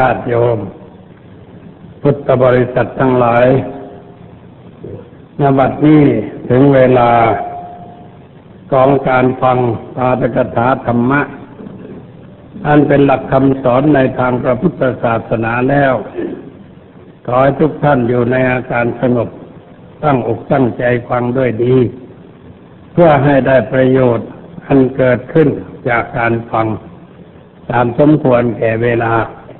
าติโยมพุทธบริษัททั้งหลายณ บัดนี้ถึงเวลาของการฟังปาฐกถาธรรมะอันเป็นหลักคำสอนในทางพระพุทธศาสนาแล้วขอให้ทุกท่านอยู่ในอาการสงบตั้งอกตั้งใจฟังด้วยดีเพื่อให้ได้ประโยชน์อันเกิดขึ้นจากการฟังตามสมควรแก่เวลา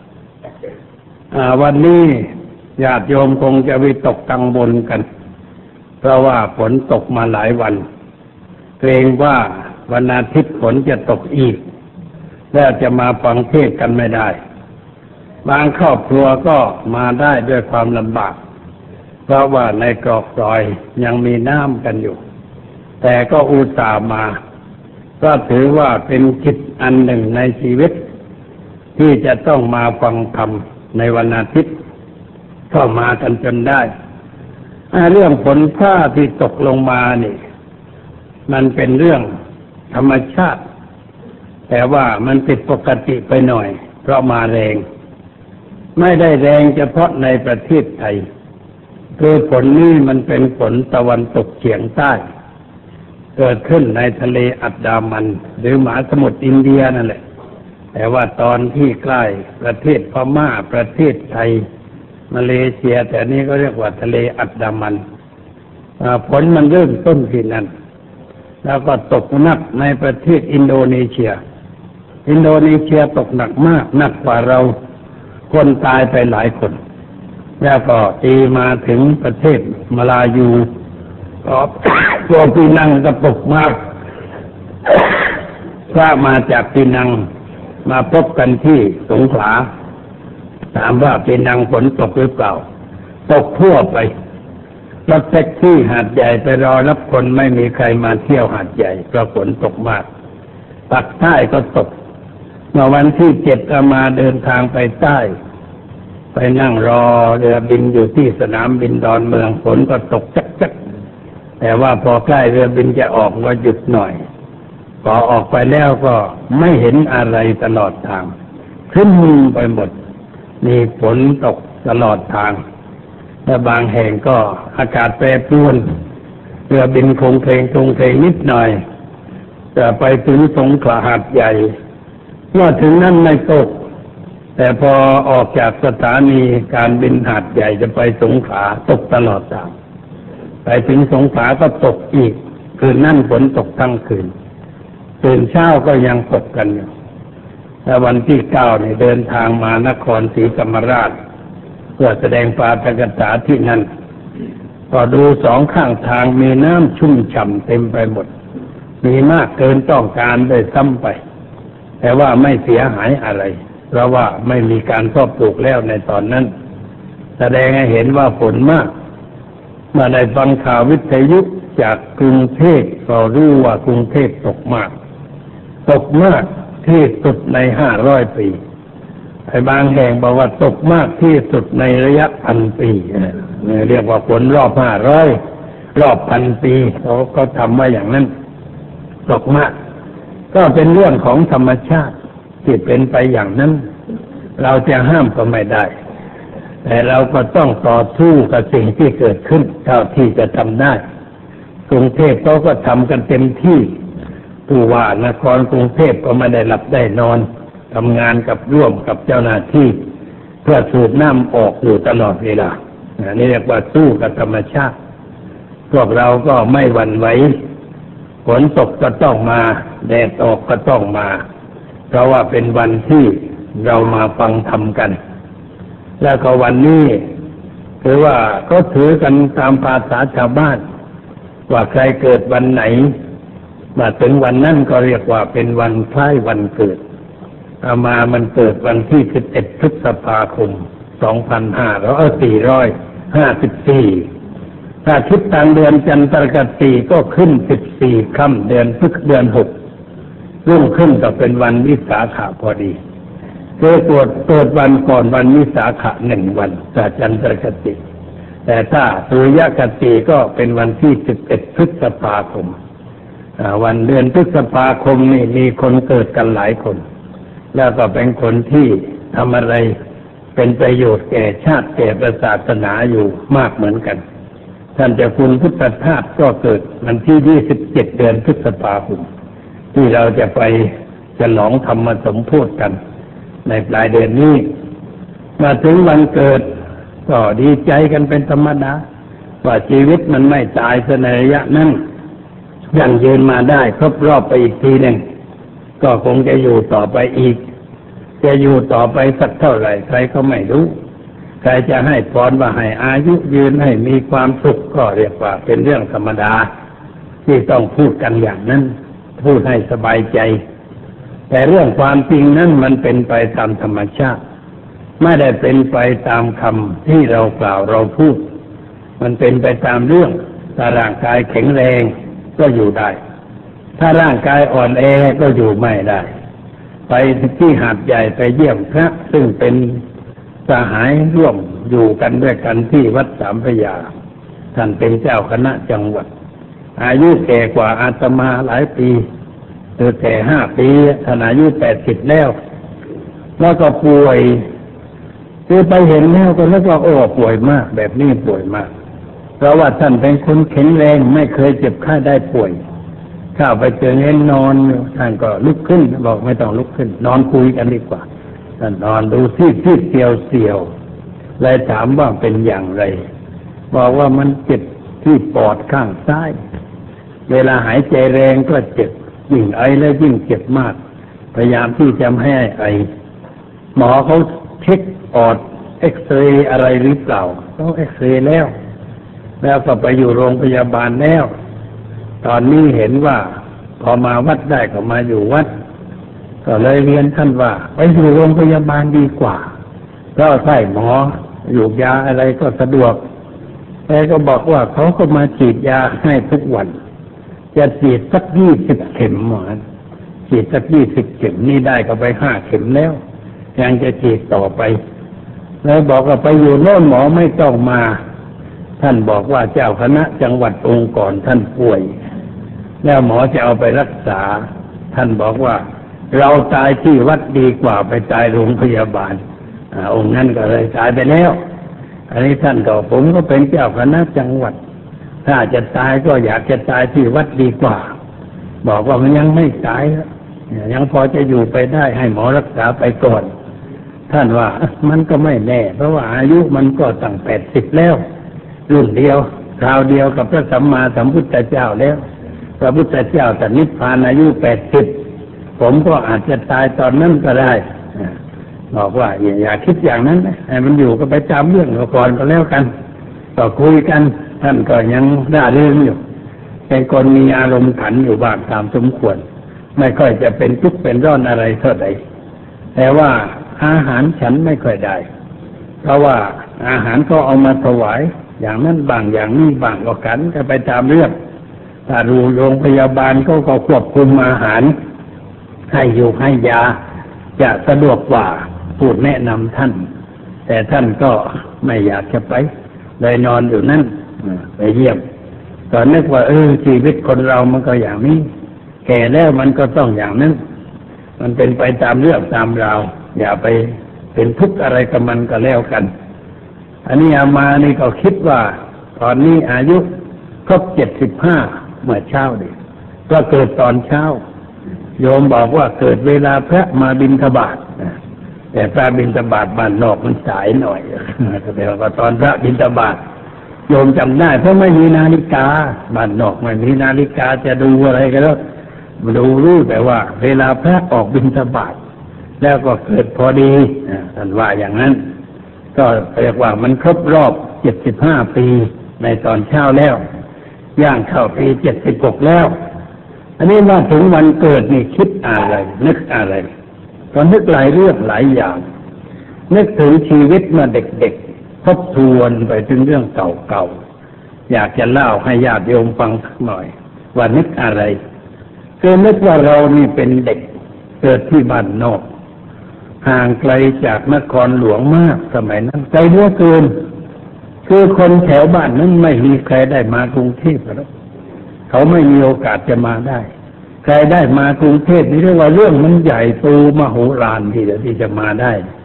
วันนี้ญาติโยมคงจะวิตกกังวลกันเพราะว่าฝนตกมาหลายวันเกรงว่าวันอาทิตย์ฝนจะตกอีกแล้วจะมาฟังเทศน์กันไม่ได้บางครอบครัวก็มาได้ด้วยความลำบากเพราะว่าในกรอกซอยยังมีน้ำกันอยู่แต่ก็อุตส่าห์มาก็ถือว่าเป็นกิจอันหนึ่งในชีวิตที่จะต้องมาฟังธรรมในวันอาทิตย์ก็มากันจนได้เรื่องฝนฟ้าที่ตกลงมานี่มันเป็นเรื่องธรรมชาติแต่ว่ามันผิดปกติไปหน่อยเพราะมาแรงไม่ได้แรงเฉพาะในประเทศไทยคือฝนนี้มันเป็นฝนตะวันตกเฉียงใต้เกิดขึ้นในทะเลอันดามันหรือมหาสมุทรอินเดียนั่นแหละแต่ว่าตอนที่ใกล้ประเทศพม่าประเทศไทยมาเลเซียแต่นี้ก็เรียกว่าทะเลอันดามันฝนมันเริ่มต้นที่นั่นแล้วก็ตกหนักในประเทศอินโดนีเซียตกหนักมากหนักกว่าเราคนตายไปหลายคนแล้วก็ตีมาถึงประเทศมาลายูตัวปีนังก็ตกมากพระมาจากปีนังมาพบกันที่สงขลาถามว่าปีนังฝนตกหรือเปล่าตกทั่วไปรถแท็กซี่หาดใหญ่ไปรอรับคนไม่มีใครมาเที่ยวหาดใหญ่เพราะฝนตกมากภาคใต้ก็ตกเมื่อวันที่7อามาเดินทางไปใต้ไปนั่งรอเรือบินอยู่ที่สนามบินดอนเมืองฝนก็ตกจักๆแต่ว่าพอใกล้เรือบินจะออกก็หยุดหน่อยพอออกไปแล้วก็ไม่เห็นอะไรตลอดทางครึ้มไปหมดมีฝนตกตลอดทางและบางแห่งก็อากาศแปรปรวนเรือบินคงเพลงนิดหน่อยจะไปถึงสงขลาหาดใหญ่เมื่อถึงนั้นไม่ตกแต่พอออกจากสถานีการบินหาดใหญ่จะไปสงขลาตกตลอดทางไปถึงสงขลาก็ตกอีกคืนนั้นฝนตกทั้งคืนตื่นเช้าก็ยังตกกันอยู่และวันที่9นี่เดินทางมานครศรีธรรมราชเพื่อแสดงปาฐกถาที่นั่นก็ดูสองข้างทางมีน้ำชุ่มฉ่ำเต็มไปหมดมีมากเกินต้องการโดยซ้ำไปแต่ว่าไม่เสียหายอะไรเพราะว่าไม่มีการเพาะปลูกแล้วในตอนนั้นแสดงให้เห็นว่าฝนมากเมื่อได้ฟังข่าววิทยุจากกรุงเทพก็รู้ว่ากรุงเทพตกมากที่สุดใน500 ปีไอ้บางแห่งบอกว่าตกมากที่สุดในระยะ1,000 ปีเรียกว่าฝนรอบ500รอบ1,000 ปีเขาทำไว้อย่างนั้นตกมากก็เป็นเรื่องของธรรมชาติที่เป็นไปอย่างนั้นเราจะห้ามก็ไม่ได้แต่เราก็ต้องต่อสู้กับสิ่งที่เกิดขึ้นเท่าที่จะทำได้กรุงเทพเขาก็ทำกันเต็มที่ผู้ว่านครกรุงเทพก็ไม่ได้หลับได้นอนทำงานกับร่วมกับเจ้าหน้าที่เพื่อสูบน้ำออกอยู่ตลอดเวลานี่เรียกว่าสู้กับธรรมชาติพวกเราก็ไม่หวั่นไหวฝนตกก็ต้องมาแดดออกก็ต้องมาเพราะว่าเป็นวันที่เรามาฟังธรรมกันแล้วก็วันนี้ถือว่าก็ถือกันตามภาษาชาวบ้านว่าใครเกิดวันไหนมาถึงวันนั้นก็เรียกว่าเป็นวันคล้ายวันเกิดมันเกิดวันที่11 พฤษภาคม 454ถ้าคิดตามเดือนจันทรคติก็ขึ้น14ค่ำเดือนพฤษเดือน6รุ่งขึ้นก็เป็นวันวิสาขะพอดีเกิดวันก่อนวันวิสาขะ1 วันจากจันทรคติแต่ถ้าสุริยคติก็เป็นวันที่11 พฤษภาคมวันเดือนพฤษภาคมนี่มีคนเกิดกันหลายคนแล้วก็เป็นคนที่ทำอะไรเป็นประโยชน์แก่ชาติแก่ศาสนาอยู่มากเหมือนกันท่านเจ้าคุณพุทธทาสก็เกิดวันที่27 เดือนพฤษภาคมที่เราจะไปฉลองธรรมสมโภชกันในปลายเดือนนี้มาถึงวันเกิดก็ดีใจกันเป็นธรรมดาว่าชีวิตมันไม่ตายในระยะนั้นยังยืนมาได้ครบรอบไปอีกทีหนึ่งก็คงจะอยู่ต่อไปอีกจะอยู่ต่อไปสักเท่าไหร่ใครก็ไม่รู้ใครจะให้พรว่าให้อายุยืนให้มีความสุขก็เรียกว่าเป็นเรื่องธรรมดาที่ต้องพูดกันอย่างนั้นพูดให้สบายใจแต่เรื่องความจริงนั้นมันเป็นไปตามธรรมชาติไม่ได้เป็นไปตามคำที่เรากล่าวเราพูดมันเป็นไปตามเรื่องถ้าร่างกายแข็งแรงก็อยู่ได้ถ้าร่างกายอ่อนแอก็อยู่ไม่ได้ไปที่หาดใหญ่ไปเยี่ยมพระซึ่งเป็นสหายร่วมอยู่กันด้วยกันที่วัดสามพระยาท่านเป็นเจ้าคณะจังหวัดอายุแก่กว่าอาตมาหลายปีแต่5 ปีท่านอายุ80แล้วก็ป่วยคือไปเห็นแล้วก็นึกว่าโอ้ป่วยมากแบบนี้ป่วยมากเพราะว่าท่านเป็นคนแข็งแรงไม่เคยเจ็บไข้ได้ป่วยถ้าไปเจอเห็นนอนท่านก็ลุกขึ้นบอกไม่ต้องลุกขึ้นนอนคุยกันดีกว่าท่านนอนดูซีดเสียวเลยถามว่าเป็นอย่างไรบอกว่ามันเจ็บที่ปอดข้างซ้ายเวลาหายใจแรงก็เจ็บยิ่งไอแล้วยิ่งเจ็บมากพยายามที่จะไม่ให้ไอหมอเขาเช็คปอดเอ็กซเรย์อะไรหรือเปล่าเขาเอ็กซเรย์แล้วก็ไปอยู่โรงพยาบาลแล้วตอนนี้เห็นว่าพอมาวัดได้ก็มาอยู่วัดก็เลยเรียนท่านว่าไปอยู่โรงพยาบาลดีกว่าเพราะใช่หมออยู่ยาอะไรก็สะดวกแต่ก็บอกว่าเขาก็มาฉีดยาให้ทุกวันจะฉีดสัก20 เข็มหมอฉีดสัก20 เข็มนี่ได้ก็ไป5 เข็มแล้วยังจะฉีดต่อไปแล้วบอกว่าไปอยู่โน่นหมอไม่ต้องมาท่านบอกว่าเจ้าคณะจังหวัดองค์ก่อนท่านป่วยแล้วหมอจะเอาไปรักษาท่านบอกว่าเราตายที่วัดดีกว่าไปตายโรงพยาบาลองค์นั้นก็เลยตายไปแล้วอันนี้ท่านก็ผมก็เป็นเจ้าคณะจังหวัดถ้าจะตายก็อยากจะตายที่วัดดีกว่าบอกว่ามันยังไม่ตายยังพอจะอยู่ไปได้ให้หมอรักษาไปก่อนท่านว่ามันก็ไม่แน่เพราะว่าอายุมันก็ตั้ง80แล้วรุ่นเดียวคราวเดียวกับพระสัมมาสัมพุทธเจ้าแล้วพระพุทธเจ้าท่านนิพพานอายุ80ผมก็อาจจะตายตอนนั้นก็ได้บอกว่าอย่าคิดอย่างนั้นนะให้มันอยู่ก็ไปตามเรื่องก่อนก็แล้วกันก็คุยกันท่านก็ยังร่าเริงอยู่เป็นคนมีอารมณ์ขันอยู่บ้างตามสมควรไม่ค่อยจะเป็นทุกข์เป็นร้อนอะไรเท่าใดแต่ว่าอาหารฉันไม่ค่อยได้เพราะว่าอาหารก็เอามาถวายอย่างนั้นบางอย่างนี้บางก็กันก็ไปตามเรื่องถ้าโรงพยาบาลก็ควบคุมอาหารให้อยู่ให้ยาจะสะดวกกว่าพูดแนะนำท่านแต่ท่านก็ไม่อยากจะไปเลยนอนอยู่นั่นไปเยี่ยมก็นึกว่าชีวิตคนเรามันก็อย่างนี้แก่แล้วมันก็ต้องอย่างนั้นมันเป็นไปตามเรื่องตามราวอย่าไปเป็นทุกข์อะไรกับมันก็แล้วกันอันนี้อามานี่ก็คิดว่าตอนนี้อายุครบ75เมื่อเช้าดิก็เกิดตอนเช้าโยมบอกว่าเกิดเวลาพระมาบิณฑบาตแต่พระบิณฑบาตบ้านนอกมันสายหน่อยแต่ว่าตอนพระบิณฑบาตโยมจำได้เพราะไม่มีนาฬิกาบ้านนอกไม่มีนาฬิกาจะดูอะไรกันแล้วดูรู้แต่ว่าเวลาพระออกบิณฑบาตแล้วก็เกิดพอดีท่านว่าอย่างนั้นก็เรียกว่ามันครบรอบ75 ปีในตอนเช้าแล้วย่างเข้าปี76แล้วอันนี้มาถึงวันเกิดนี่คิดอะไรนึกอะไรก็นึกหลายเรื่องหลายอย่างนึกถึงชีวิตเมื่อเด็กๆทบทวนไปถึงเรื่องเก่าๆอยากจะเล่าให้ญาติโยมฟังสักหน่อยว่านึกอะไรคือนึกว่าเรานี่เป็นเด็กเกิดที่บ้านนอกห่างไกลจากนครหลวงมากสมัยนั้นไกลเหลือเกินคือคนแถวบ้านนั้นไม่มีใครได้มากรุงเทพแล้วเขาไม่มีโอกาสจะมาได้ใครได้มากรุงเทพนี่เรียกว่าเรื่องมันใหญ่โตมโหฬารที่จะมาได้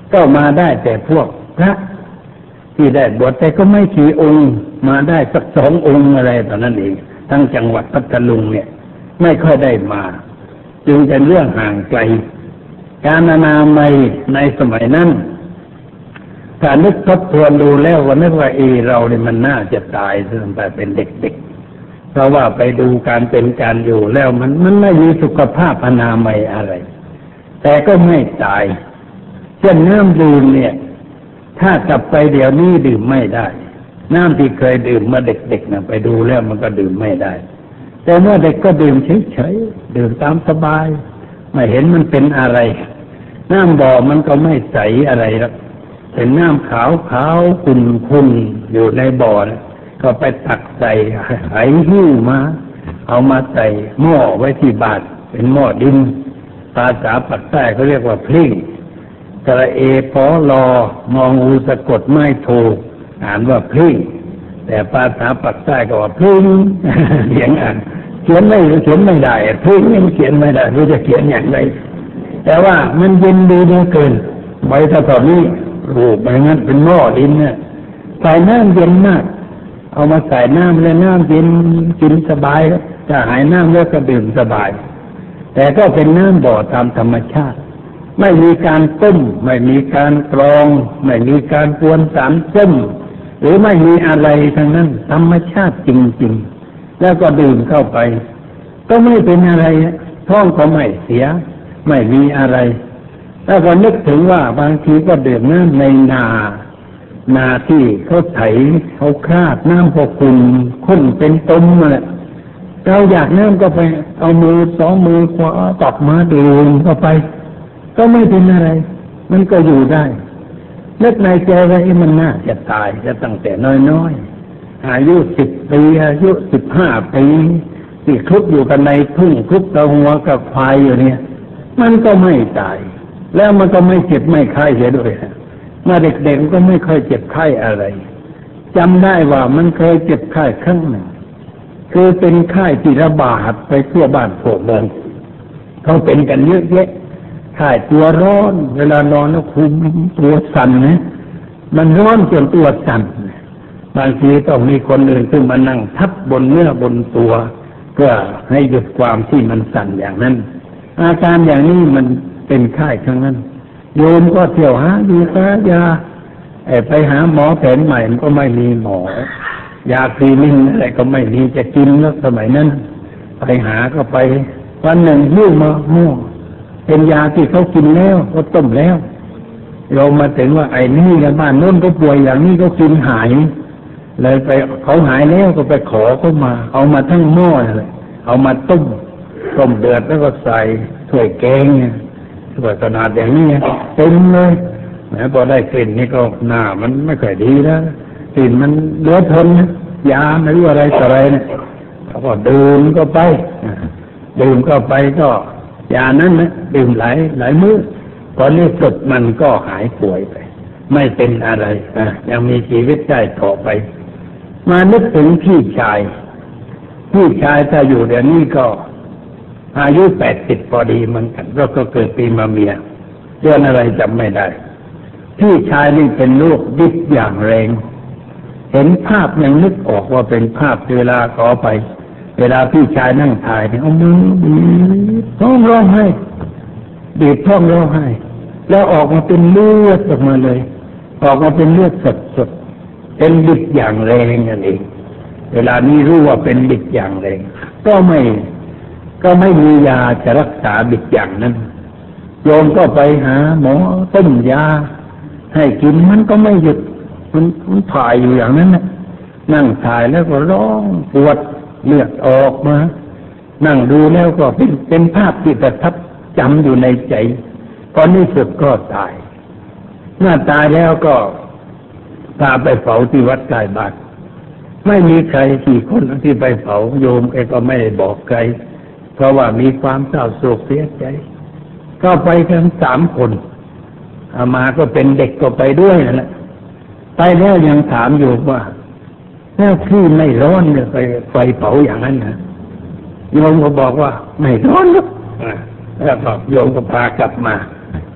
ก็มาได้แต่พวกพระที่ได้บวชแต่ก็ไม่กี่องค์มาได้สัก2 องค์อะไรตอนนั้นเองทั้งจังหวัดพัทลุงเนี่ยไม่ค่อยได้มาจึงเป็นเรื่องห่างไกลการอนามัยในสมัยนั้นถ้านึกทบทวนดูแล้วว่านึกว่าเราเนี่ยมันน่าจะตายตั้งแต่เป็นเด็กๆเพราะว่าไปดูการเป็นการอยู่แล้วมันไม่มีสุขภาพอนามัยอะไรแต่ก็ไม่ตายเช่นน้ำดื่มเนี่ยถ้ากลับไปเดี๋ยวนี้ดื่มไม่ได้น้ำที่เคยดื่มเมื่อเด็กๆนะไปดูแล้วมันก็ดื่มไม่ได้แต่เมื่อเด็กก็ดื่มเฉยๆดื่มตามสบายไม่เห็นมันเป็นอะไรน้ำบ่อมันก็ไม่ใสอะไรหรอกเป็นน้ำขาวขุ่นๆอยู่ในบ่อนะก็ไปตักใส่ไหหิ้วมาเอามาใส่หม้อไว้ที่บ้านเป็นหม้อดินภาษาปากใต้เขาเรียกว่าพลิ้งกระเอพอลอมองอูสะกดไม่ถูกอ่านว่าพลิ้งแต่ภาษาปากใต้ก็ว่าพลิ้งเสียงอ่านเขียนไม่ได้พลิ้งมันเขียนไม่ได้รู้จะเขียนอย่างไรแต่ว่ามันเย็นดีเหลือเกินใบตะตอนนี้รูปอย่างนั้นเป็นหม้อดินเนี่ยใส่น้ำเย็นมากเอามาใส่น้ำแล้วน้ำเย็นกินสบายจะหายน้ำแล้วก็ดื่มสบายแต่ก็เป็นน้ำบ่อตามธรรมชาติไม่มีการต้มไม่มีการกรองไม่มีการกวนสารส้มหรือไม่มีอะไรทั้งนั้นธรรมชาติจริงๆแล้วก็ดื่มเข้าไปก็ไม่เป็นอะไรท้องก็ไม่เสียไม่มีอะไรแล้วก็นึกถึงว่าบางทีก็ดื่มน้ำในนาที่เขาไถเขาคราดน้ำพอข้นเป็นต้มมาแหละเราอยากน้ำก็ไปเอามือ2 มือขวาตอกมาดื่มเข้าไปก็ไม่เป็นอะไรมันก็อยู่ได้นึกในใจว่ามันน่าจะตายจะตั้งแต่น้อยๆอายุ10 ปีอายุ15 ปีที่คลุกอยู่กันในทุ่งคลุกกับหัวกับควายอยู่เนี่ยมันก็ไม่ตายแล้วมันก็ไม่เจ็บไม่ไข้เสียด้วยเมื่อเด็กๆก็ไม่ค่อยเจ็บไข้อะไรจำได้ว่ามันเคยเจ็บไข้ครั้งหนึ่งคือเป็นไข้ที่ระบาดไปทั่วบ้านทั่วเมืองเขาเป็นกันเยอะแยะไข้ตัวร้อนเวลานอนแล้วคุมตัวสั่นนะมันร้อนจนตัวสั่นบางทีต้องมีคนอื่นขึ้นมานั่งทับบนเนื้อบนตัวเพื่อให้หยุดความที่มันสั่นอย่างนั้นอาการอย่างนี้มันเป็นไข้ทั้งนั้นโยมก็เที่ยวหาดูยาไปหาหมอแผนใหม่มันก็ไม่มีหมอยาคลีนินอะไรก็ไม่มีจะกินแล้วสมัยนั้นไปหาก็ไปวันหนึ่งหิ้วมาม่วงเป็นยาที่เขากินแล้วเขาต้มแล้วเรามาถึงว่าไอ้นี่กันบ้านโน้นก็ป่วยอย่างนี้ก็กินหายเลยไปเขาหายแล้วก็ไปขอเขามาเอามาทั้งหม้อเลยเอามาต้มเดือดแล้วก็ใส่ถ้วยแกงเนี่ยถ้วยขนาดอย่างนี้เต็มเลยแม้พอได้กลิ่นนี่ก็หน้ามันไม่ค่อยดีแล้วกลิ่นมันเหลือทนนะยาไม่รู้อะไรต่ออะไรเนี่ยเขาก็ดื่มก็ไปก็ยานั้นนะดื่มหลายมื้อตอนนี้สุดมันก็หายป่วยไปไม่เป็นอะไรยังมีชีวิตได้ต่อไปมานึกถึงพี่ชายถ้าอยู่เดี๋ยวนี้ก็อายุ80พอดีเหมือนกันเราก็เกิดปีมะเมียเดือนอะไรจำไม่ได้พี่ชายนี่เป็นโรคดิบอย่างแรงเห็นภาพยังนึกออกว่าเป็นภาพเวลาขอไปเวลาพี่ชายนั่งถ่ายเนี่ยเอามือท้องร้องไห้บีบท้องร้องไห้แล้วออกมาเป็นเลือดออกมาเลยออกมาเป็นเลือดสดเป็นดิบอย่างแรงนั่นเองเวลานี้รู้ว่าเป็นดิบอย่างแรงก็ไม่มียาจะรักษาบิดอย่างนั้นโยมก็ไปหาหมอต้มยาให้กินมันก็ไม่หยุดมันถ่ายอยู่อย่างนั้นนะนั่งถ่ายแล้วก็ร้องปวดเลือดออกมานั่งดูแล้วก็เป็นภาพที่ประทับจำอยู่ในใจตอนนี้สุดก็ตายเมื่อตายแล้วก็พาไปเผาที่วัดใกล้บ้านไม่มีใครกี่คนที่ไปเผาโยมแกก็ไม่ได้บอกใครเพราะว่ามีความเศร้าโศกเสียใจก็ไปกัน3 คนอามาก็เป็นเด็กก็ไปด้วยนั่นแหละไปแล้วยังถามอยู่ว่าแล้วพี่ไม่ร้อนเนี่ยไปไฟเผาอย่างนั้นนะโยมก็บอกว่าไม่ร้อนหรอกแล้วก็โยมก็พากลับมา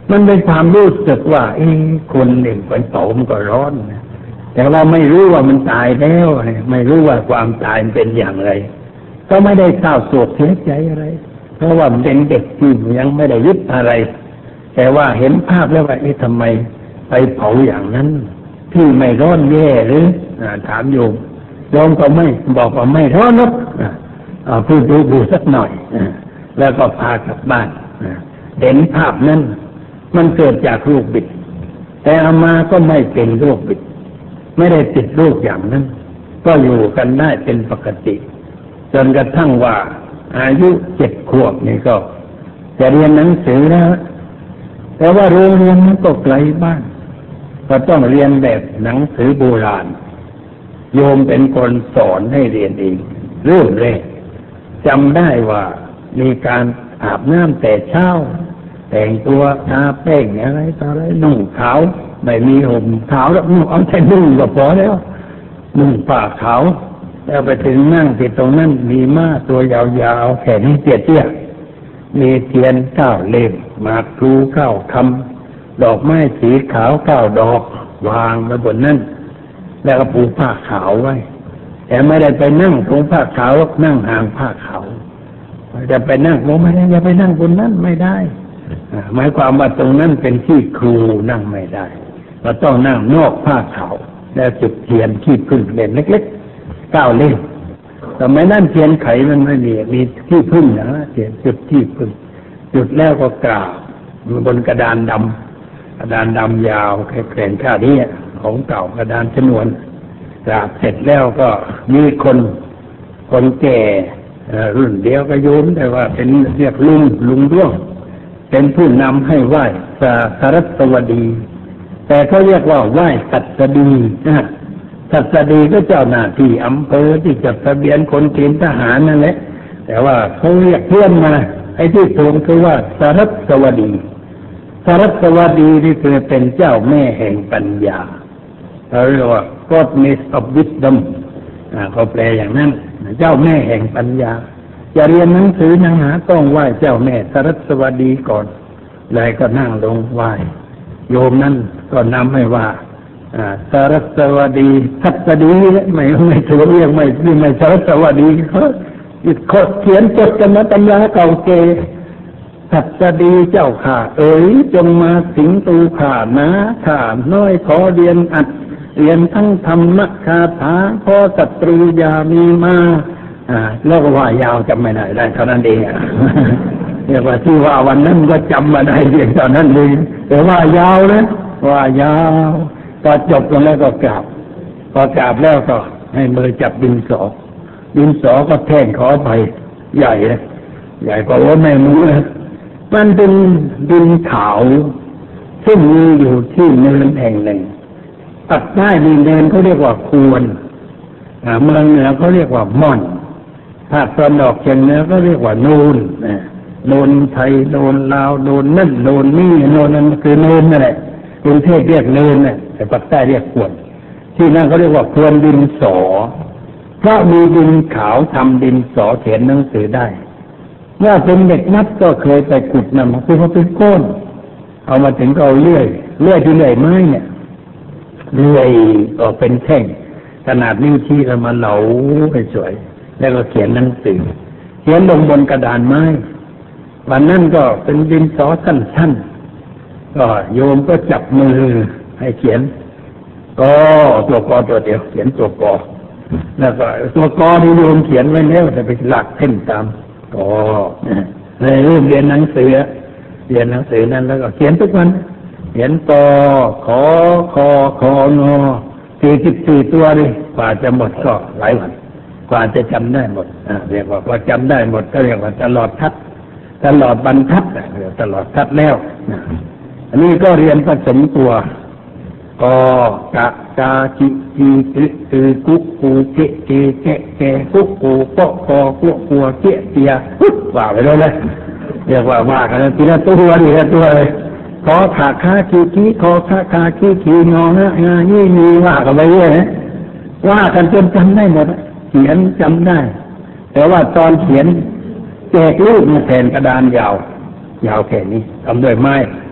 มันเป็นความรู้สึกว่าคนหนึ่งไปเผามันก็ร้อนนะแต่เราไม่รู้ว่ามันตายแล้วไม่รู้ว่าความตายเป็นอย่างไรก็ไม่ได้เศร้าโศกเสียใจอะไรเพราะว่ามันเป็นเด็กที่ยังไม่ได้ยึดอะไรแต่ว่าเห็นภาพแล้วว่าทำไมไปเผาอย่างนั้นที่ไม่ร้อนแย่หรือถามโยมก็ไม่บอกว่าไม่ร้อนหรอกพูดดูสักหน่อยแล้วก็พากลับบ้านเห็นภาพนั้นมันเกิดจากลูกบิดแต่อามาก็ไม่เป็นโรคบิดไม่ได้ติดโรคอย่างนั้นก็อยู่กันได้เป็นปกติจนกระทั่งว่าอายุ7 ขวบนี่ก็จะเรียนหนังสือแล้วแต่ว่าโรงเรียนมันก็ไกลบ้านก็ต้องเรียนแบบหนังสือโบราณโยมเป็นคนสอนให้เรียนเองเริ่มแรกจำได้ว่ามีการอาบน้ำแต่เช้าแต่งตัวทาแป้งอะไรต่ออะไรนุ่งขาวไม่มีห่มขาวแล้วนุ่งเอาแต่นุ่งก็พอแล้วนุ่งผ้าขาวแล้วไปถึงนั่งที่ตรงนั้นมีม้าตัวยาวๆแขนเตี้ยๆมีเทียน9 เล่มหมากพลู9 คำดอกไม้สีขาว9 ดอกวางไว้บนนั้นแล้วก็ปูผ้าขาวไว้แต่ไม่ได้ไปนั่งตรงผ้าขาวนั่งห่างผ้าขาวจะไปนั่งไม่ได้จะไปนั่งบนนั้นไม่ได้หมายความว่าตรงนั้นเป็นที่ครูนั่งไม่ได้เราต้องนั่งนอกผ้าขาวแล้วจุดเทียนขี้ผึ้งเล่มเล็กๆ9 เล่มแต่ไม่นั่นเทียนไขมันไม่มีขี้ผึ้งนะเทียนจุดขี้ผึ้งจุดแล้วก็กราบบนกระดานดำยาวแข็งข้านี้ของเก่ากระดานชนวนกราบเสร็จแล้วก็มีคนแก่รุ่นเดียวก็โยมแต่ว่าเป็นเรียกลุงด้วงเป็นผู้นำให้ไหว้สรัสวดีแต่เขาเรียกว่าไหว้สัตดีนะสัตดีก็เจ้าหน้าที่อำเภอที่จดทะเบียนคนเกณฑ์ทหารนั่นแหละแต่ว่าเขาเรียกเพื่อนมาไอ้ที่ถูกคือว่าสรัสวดีนี่คือเป็นเจ้าแม่แห่งปัญญาเขาเรียกว่า Goddess of Wisdom เขาแปลอย่างนั้นเจ้าแม่แห่งปัญญาจะเรียนหนังสือหนังหาต้องไหว้เจ้าแม่สรัสวดีก่อนแล้วก็นั่งลงไหว้โยมนั่นก็นำให้ว่าสรัสวดีทัศดีไม่ถูกเรียกไม่สรัสวดีเขาเขียนจดกันมาตำราเก่าเก่สัตดีเจ้าข้าจงมาสิงตูข้านะข้าน้อยขอเรียนเรียนทั้งธรรมคาถาพอศัตรูอย่ามีมาแล้วก็ว่ายาวจำไม่ได้เท่านั้นเองเรียกว่าที่ว่าวันนั้นก็จำมาได้เพียงเท่านั้นเองแต่ว่ายาวนะว่ายาวพอจบลงแล้วก็กราบพอกราบแล้วก็ให้มือจับดินสอก็แท่งขอไปใหญ่เลยใหญ่กว่าแม่มือนะมันเป็นดินขาวซึ่งมีอยู่ที่เนินแห่งหนึ่งปักใต้ดินเนินเขาเรียกว่าควรเมืองเหนือเขาเรียกว่าม่อนภาคตะวันออกเฉียงเหนือก็เรียกว่าโนนโนนไทยโนนลาวโนนนั่นโนนนี่โนนนั่นคือโนนนั่นแหละกรุงเทพเรียกเนินน่ะแต่ภาคใต้เรียกควรที่นั่นเขาเรียกว่าควรดินสอเพราะมีดินขาวทำดินสอเขียนหนังสือได้เมื่อเป็นเด็กนัดก็เคยไปขุดนำคือเขาเป็นก้นเอามาถึงก็เอาเลื่อยที่เลื่อยไม้เนี่ยเลื่อยออกเป็นแท่งขนาดนิ้วชี้แล้วมาเหลาให้สวยแล้วก็เขียนหนังสือเขียนลงบนกระดานไม้วันนั้นก็เป็นดินสอสั้นๆก็โยมก็จับมือให้เขียนก็ตัวกอตัวเดียวเขียนตัวกอแล้วก็ตัวกอที่โยมเขียนไว้แล้วจะไปหลักเพ่นตามก็เลยเริ่มเรียนหนังสือนั้นแล้วก็เขียนทุกวันเขียนกอขอคอนอ44 ตัวเลยกว่าจะหมดก็หลายวันกว่าจะจำได้หมดเรียกว่าพอจำได้หมดก็เรียกว่าตลอดทัดตลอดบรรทัดตลอดทัดแล้วอันนี้ก็เรียนผสมตัวกกะกาจิจีคือกุ๊กกูเกเกแกแกกุ๊กกูปอกคอกุ๊กกัวเกเตียว่าไปเลยเรียกว่ากันทีละตัวเลยขอขาคาขี้ขอขาขี้งอนี่มีว่ากันไปเรื่อยนะว่ากันจนจำได้หมดเขียนจำได้แต่ว่าตอนเขียนแจกรูปมาแทนกระดานยาวแค่นี้ทำด้วยไม้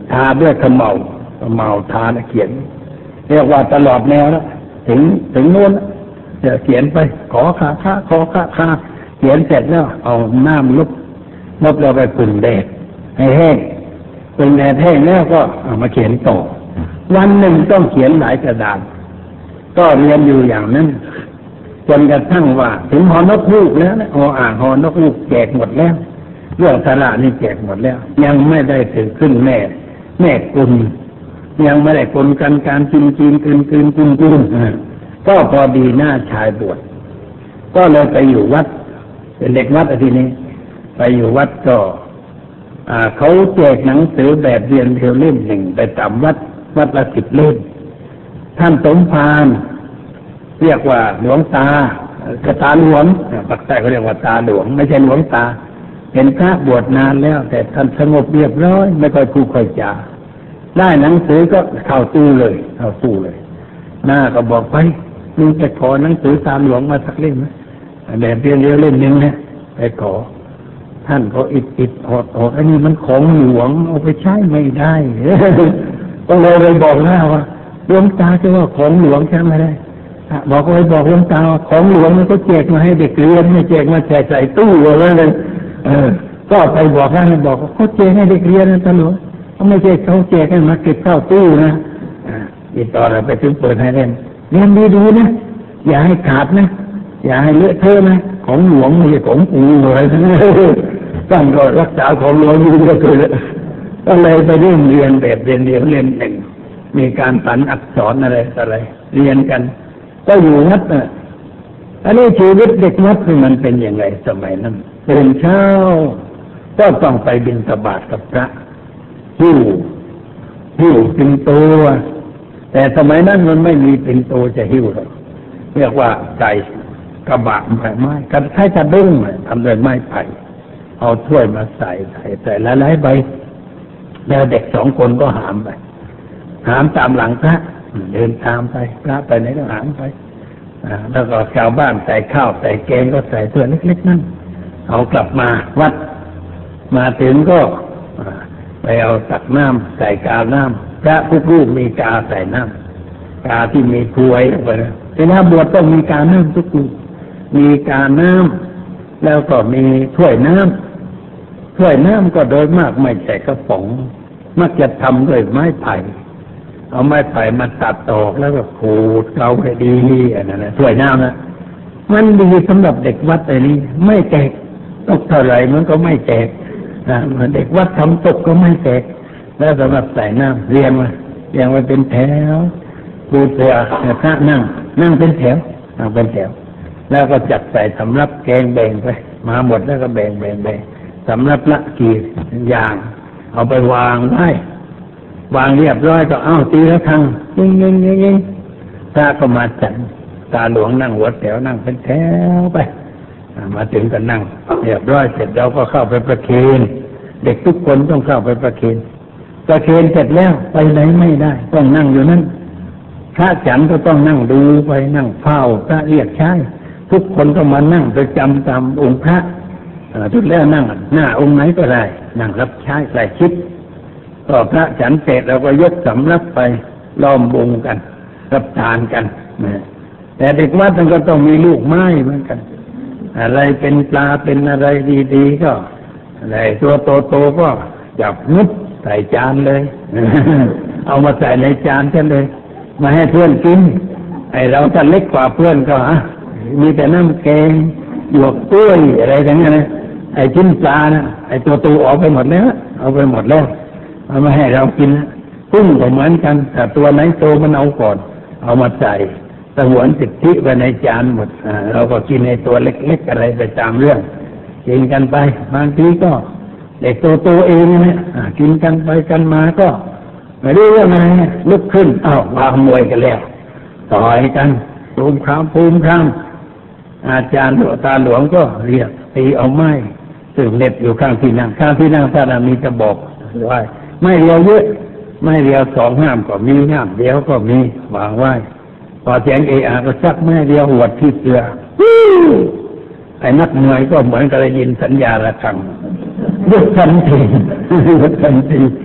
ทาด้วยขมเหลาทาเขียนเรียกว่าตลอดแนวแล้วถึงโน้นจะเขียนไปขอคาขอคาเขียนเสร็จแล้วเอาน้ำลบเราไปผึ่งแดดให้แห้งผึ่งแดดแห้งแล้วก็เอามาเขียนต่อวันหนึ่งต้องเขียนหลายกระดาษก็เรียนอยู่อย่างนั้นจนกระทั่งว่าถึงหอนกฮูกแล้วนะหอนกฮูกแจกหมดแล้วเรื่องสาระนี่แจกหมดแล้วยังไม่ได้ถึงขึ้นแม่กุลยังไม่ได้กุลกันการกินกุลก็พอดีหน้าชายบวชก็เลยไปอยู่วัดเป็นเด็กวัดทีนี้ไปอยู่วัดก็เขาแจกหนังสือแบบเรียนเพียวเล่มหนึ่งไปตามวัดละ10 เล่มท่านสมภารเรียกว่าหลวงตากระตาหลวงปักใต้เขาเรียกว่าตาหลวงไม่ใช่หลวงตาเป็นพระบวชนานแล้วแต่ท่านสงบเรียบร้อยไม่ค่อยพูดค่อยจาได้หนังสือก็เข้าตู้เลยหน้าก็บอกไปมึงจะขอหนังสือตาหลวงมาสักเล่มไหมแบบเรียนเล่มหนึ่งนะไปขอท่านก็อิดอดอันนี้มันของหลวงเอาไปใช้ไม่ได้ก็เลยบอกหน้าว่าหลวงตาจะว่าของหลวงใช่ไหมได้บอกหลวงตาของหลวงมันก็แจกมาให้เด็กเรียนไม่แจกมาใส่ตู้อะไรเลยก็ไปบอกท่านบอกเขาแจกให้เด็กเรียนนะตาหลวงเขาไม่ใช่เขาแจกให้มาเก็บเข้าตู้นะอีกตอนเราไปถึงเปิดให้เรียนดีๆนะอย่าให้ขาดนะอย่าให้เลอะเทอะนะของหลวงไม่ใช่ของกูอะไรทั้งนั้นท่านก็รักษาของหลวงอยู่ก็เลยไปเรียนแบบเรียนหนึ่งมีการฝันอักษรอะไรเรียนกันก็อยู่วัดน่ะอันนี้ชีวิตเด็กวัดมันเป็นยังไงสมัยนั้นตื่นเช้าก็ต้องไปบิณฑบาตกับพระหิ้วปิ่นโตแต่สมัยนั้นมันไม่มีปิ่นโตจะหิ้วหรอกเรียกว่าไก่กระบะไม้กันใช้กระด้งทำด้วยไม้ไผ่เอาถ้วยมาใส่หลายๆใบแล้วเด็ก2 คนก็หามตามหลังพระเดินตามไปพระไปไหนก็หามไปแล้วก็ชาวบ้านใส่ข้าวใส่แกงก็ใส่ถ้วยเล็กๆนั่นเอากลับมาวัดมาถึงก็ไปเอาตักน้ำใส่กาน้ำพระทุกรูปมีกาใส่น้ำกาที่มีกลวยลงไปนะเวลาบวชต้องมีกาน้ำทุกรูปมีกาน้ำแล้วก็มีถ้วยน้ำก็โดยมากไม่ใส่กระป๋องมักจะทำด้วยไม้ไผ่เอาไม้ไผ่มาตัดออกแล้วก็ขูดเกาให้ดีอันนั้นนะถ้วยน้ำนะมันดีสำหรับเด็กวัดไอ้นี้ไม่แตกตกเท่าไหร่มันก็ไม่แตกเหมือนเด็กวัดทำตกก็ไม่แตกแล้วสำหรับใส่น้ำเรียงไว้เป็นแถวปูเสือพระนั่งเป็นแถวแล้วก็จัดใส่สำรับแกงแบ่งไปมาหมดแล้วก็แบ่งสำรับละกี่อย่างเอาไปวางเรียบร้อยก็ตีละครั้งยิงพระก็มาจัดตาหลวงนั่งหัวแถวนั่งเป็นแถวไปมาถึงก็นั่งเรียบร้อยเสร็จเราก็เข้าไปประเคนเด็กทุกคนต้องเข้าไปประเคนเสร็จแล้วไปไหนไม่ได้ต้องนั่งอยู่นั่นพระฉันก็ต้องนั่งดูไปนั่งเฝ้าพระเรียกใช้ทุกคนก็มานั่งประจำตามองค์พระทุกแล้วนั่งหน้าองค์ไหนก็ได้นั่งรับใช้ใส่ชิดก็พระฉันเสร็จเราก็ยกสำรับไปล้อมวงกันรับทานกันแต่เด็กวัดมันก็ต้องมีลูกไม้เหมือนกันอะไรเป็นปลาเป็นอะไรดีๆก็อะไรตัวโตๆก็จับนุดใส่จานเลย เอามาใส่ในจานกันเลยมาให้เพื่อนกินไอ้เราถ้าเล็กกว่าเพื่อนก็มีแต่น้ำแกงหยวกกล้วยอะไรทั้งนั้นนะไอ้ชิ้นปลานะไอ้ตัวโตออกไปหมดแล้วเอามาให้เรากินกุ้งก็เหมือนกันแต่ตัวไหนโตมันเอาก่อนเอามาใส่สงวนสิทธิไว้ในจานหมดเราก็กินในตัวเล็กๆอะไรไปตามเรื่องกินกันไปบางทีก็เด็กโตเองนะกินกันไปกันมาก็ไม่รู้ว่าไงลุกขึ้นวางมวยกันแล้วต่อยกันภูมิครามอาจารย์ตาหลวงก็เรียกตีเอาไม้ซึ่งเน็บอยู่ข้างที่นั่งถ้ามีจะบอกว่าไม่เรียวเยอะไม่เรียว2 ห้ามก็มีห้ามเดียวก็มีวางไว้พอเสียงก็ชักไม่เรียวหัวที่เสือไอ้นักมวยก็เหมือนกับได้ยินสัญญาระฆังยุดทันที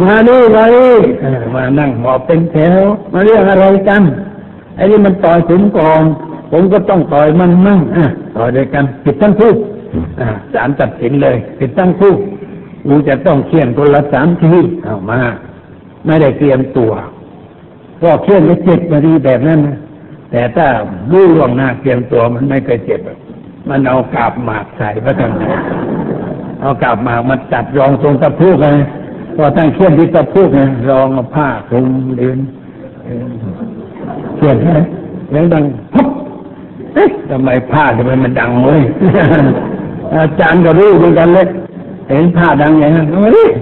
มาดิมานั่งหมอบเป็นแถวมาเรื่องอะไรกันไอ้นี่มันต่อยผมก่อนผมก็ต้องต่อยมันมั่งต่อยด้วยกันผิดทั้งคู่ศาลตัดสินเลยผิดทั้งคู่กูจะต้องเคี่ยนคนละ3 ทีเอามาไม่ได้เตรียมตัวก็เคี่ยนไป7 นาทีแบบนั้นนะแต่ถ้ารู้ล่วงหน้าเตรียมตัวมันไม่เคยเจ็บมันเอากาบหมากใส่ไว้ข้างในเอากาบหมากมาจัดรองตรงตะพูกเลยพอตั้งเคี่ยนที่ตะพูกนะรองเอาผ้าคลุมเดินเคี่ยนใช่ไหมแล้วดังปุ๊บทำไมผ้าทำไมมันดังเลยอาจารย์ก็รู้เหมือนกันเลยเห็นผ้าดังอย่างนั้น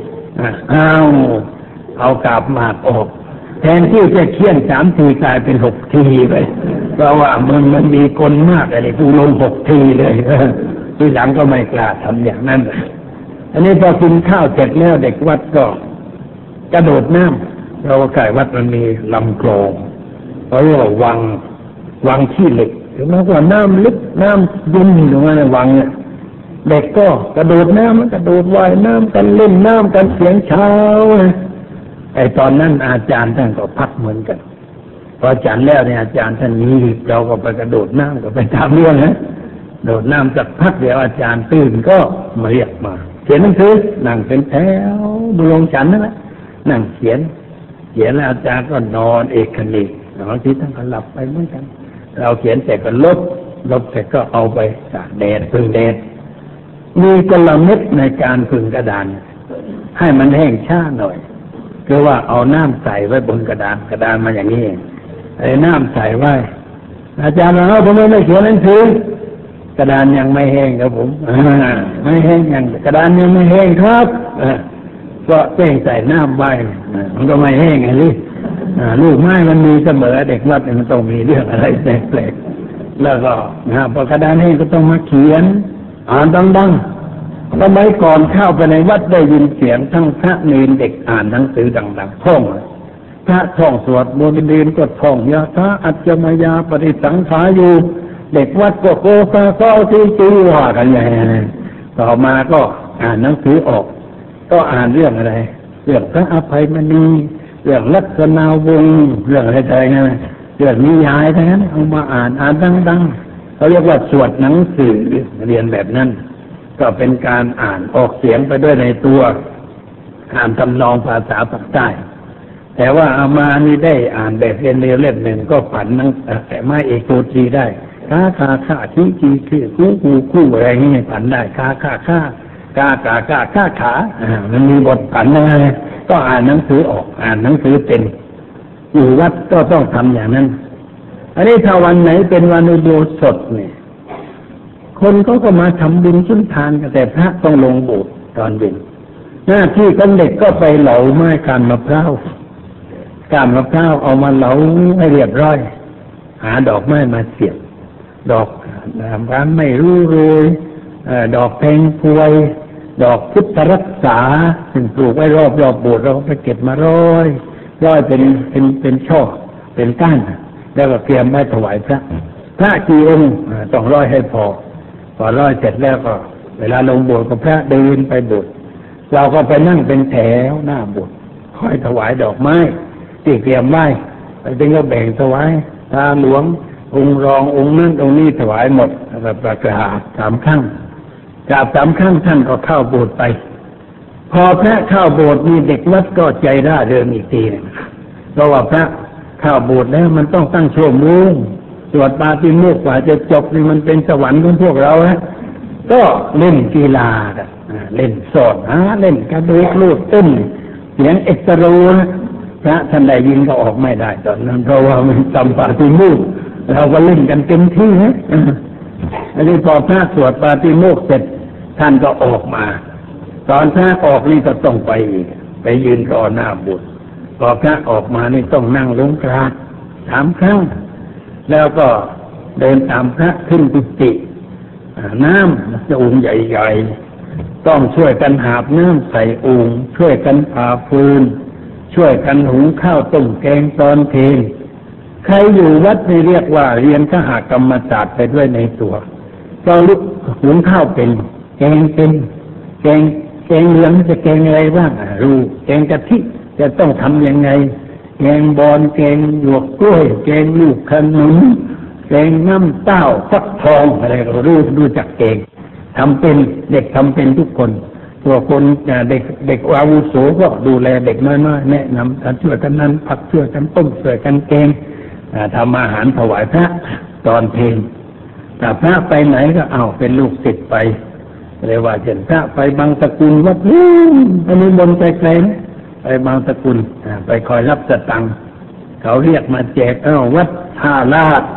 เอากาบหมากออกแทนที่จะเคี่ยน3 ทีกลายเป็น6 ทีไปเพราะว่ามันมีคนมากอะไรกูลง6 ทีเลยทีหลังก็ไม่กล้าทำอย่างนั้นอันนี้พอกินข้าวเสร็จแล้วเด็กวัดก็กระโดดน้ำเราใกล้วัดมันมีลำคลองเขาเรียกว่าวังขี้เหล็กถึงแม้ว่าน้ำลึกน้ำยุ่นตรงนั้นวังเนี่ยเด็กก็กระโดดน้ำกระโดดว่ายน้ำกันเล่นน้ำกันเสียงเช้าไอ้ตอนนั้นอาจารย์ท่านก็พักเหมือนกันพออาจารย์แล้วเนี่ยอาจารย์ท่านนี้เราก็ไปกระโดดน้ำก็ไปตามเรื่องนะโดดน้ำสักพักเดี๋ยวอาจารย์ตื่นก็มาเรียกมาเขียนหนังสือนั่งเป็นแถวดูลงฉันนั่นแหละนั่งเขียนแล้วอาจารย์ก็นอนเอกคณิกบางทีท่านก็หลับไปเหมือนกันเราเขียนเสร็จก็ลบเสร็จก็เอาไปตากแดดพึ่งแดดมีกลเม็ดในการพึ่งกระดานให้มันแห้งช้าหน่อยคือว่าเอาน้ำใส่ไว้บนกระดานมาอย่างนี้ไอ้น้ำใส่ไว้อาจารย์เราผมไม่เขียนหนังสือกระดานยังไม่แห้งครับผมไม่แห้งยังกระดานยังไม่แห้งครับก็เต้งใส่น้ำไว้มันก็ไม่แห้งไงลิลูกไม้มันมีเสมอเด็กวัดมันต้องมีเรื่องอะไรแปลกๆแล้วก็พอกระดานแห้งก็ต้องมาเขียนอ่านดังๆสมัยก่อนเข้าไปในวัดได้ยินเสียงทั้งพระเนรเด็กอ่านหนังสือดังๆท่องพระท่องสวดมนต์เนรก็ท่องยะถาอัจฉมยาปฏิสังขาอยู่เด็กวัดก็โกฟาโกที่จีว่ากันอย่างนี้ต่อมาก็อ่านหนังสือออกก็อ่านเรื่องอะไรเรื่องพระอภัยมณีเรื่องลักษณะวงศ์เรื่องอะไรๆนั่นเรื่องนิยายทั้งนั้นเอามาอ่านดังๆเขาเรียกว่าสวดหนังสือเรียนแบบนั้นก็เป็นการอ่านออกเสียงไปด้วยในตัวอ่านทำนองภาษาภาคใต้แต่ว่าอามานี่ได้อ่านแบบเรียนเล่มหนึ่งก็ผันนั่งแต่ไม่เอกโตจีได้ค่าขี้คือคู่อะไรนี่ผันได้ค่าขามันมีบทผันอะไรก็อ่านหนังสือออกอ่านหนังสือเป็นอยู่วัดก็ต้องทำอย่างนั้นอันนี้ถ้าวันไหนเป็นวันอุโบสถเนี่ยคนก็มาทำบุญสุนทานกันแต่พระต้องลงโบสถ์ตอนเย็นหน้าที่ของเด็กก็ไปเหลาไม้ก้านมะพร้าวเอามาเหลาให้เรียบร้อยหาดอกไม้มาเสียบดอกร้านไม่รู้เลยดอกแพงพวยดอกพุทธรักษาซึ่งปลูกไว้รอบโบสถ์เราไปเก็บมาร้อยเป็นช่อเป็นก้านแล้วก็เตรียมไว้ถวายพระกี่องค์ต้องร้อยให้พอร้อยเสร็จแล้วก็เวลาลงโบสถ์ก็พระเดินไปโบสถ์เราก็ไปนั่งเป็นแถวหน้าโบสถ์คอยถวายดอกไม้ที่เตรียมไว้ไปถึงก็แบ่งถวายตาหลวงองค์รององค์นั้นองค์นี้ถวายหมดแบบประกาศ3 ครั้งกราบ3 ครั้งท่านก็เข้าโบสถ์ไปพอพระเข้าโบสถ์มีเด็กวัดก็ใจร่าเริงอีกทีนึงเพราะว่าพระเข้าโบสถ์แล้วมันต้องตั้งชั่วโมงสวดปาฏิโมกข์กว่าจะจบนี่มันเป็นสวรรค์ของพวกเราก็เล่นกีฬาเล่นสอดเล่นกระโดดลูดเต้นเสียงเอ็กโตรพระท่านได้ยินก็ออกไม่ได้ตอนนั้นเพราะว่ามันจำปาฏิโมกข์เราก็เล่นกันเต็มที่อันนี้พอพระสวดปาฏิโมกข์เสร็จท่านก็ออกมาตอนพระออกนี่ก็ต้องไปยืนรอหน้าโบสถ์พอพระออกมานี่ต้องนั่งลงกราบ3 ครั้งแล้วก็เดินตามพระขึ้นกุฏิน้ำโอ่งใหญ่ๆต้องช่วยกันหาบน้ำใส่โอ่งช่วยกันผ่าฟืนช่วยกันหุงข้าวต้มแกงตอนเพลใครอยู่วัดนี่เรียกว่าเรียนคหกรรมศาสตร์ไปด้วยในตัวก็ลุกหุงข้าวเป็นแกงเป็นแกงแกงเหลืองจะแกงอะไรบ้างรู้แกงกะทิจะต้องทำยังไงแกงบอนแกงหยวกกล้วยแกงลูกขนุนแกงน้ำเต้าฟักทองอะไรก็รู้จักแกงทำเป็นเด็กทำเป็นทุกคนตัวคนเด็กอาวุโสก็ดูแลเด็กน้อยๆแนะนำการช่วยกันนั้นผักช่วยกันต้มช่วยกันแกงทำอาหารถวายพระตอนเพลงแต่พระไปไหนก็เอาเป็นลูกศิษย์ไปเรียกว่าเช่นพระไปบางสกุลวัดอันนี้บนไกลๆนะไปบางสกุลไปคอยรับสตังค์เขาเรียกมาแจกวัดท่าลาด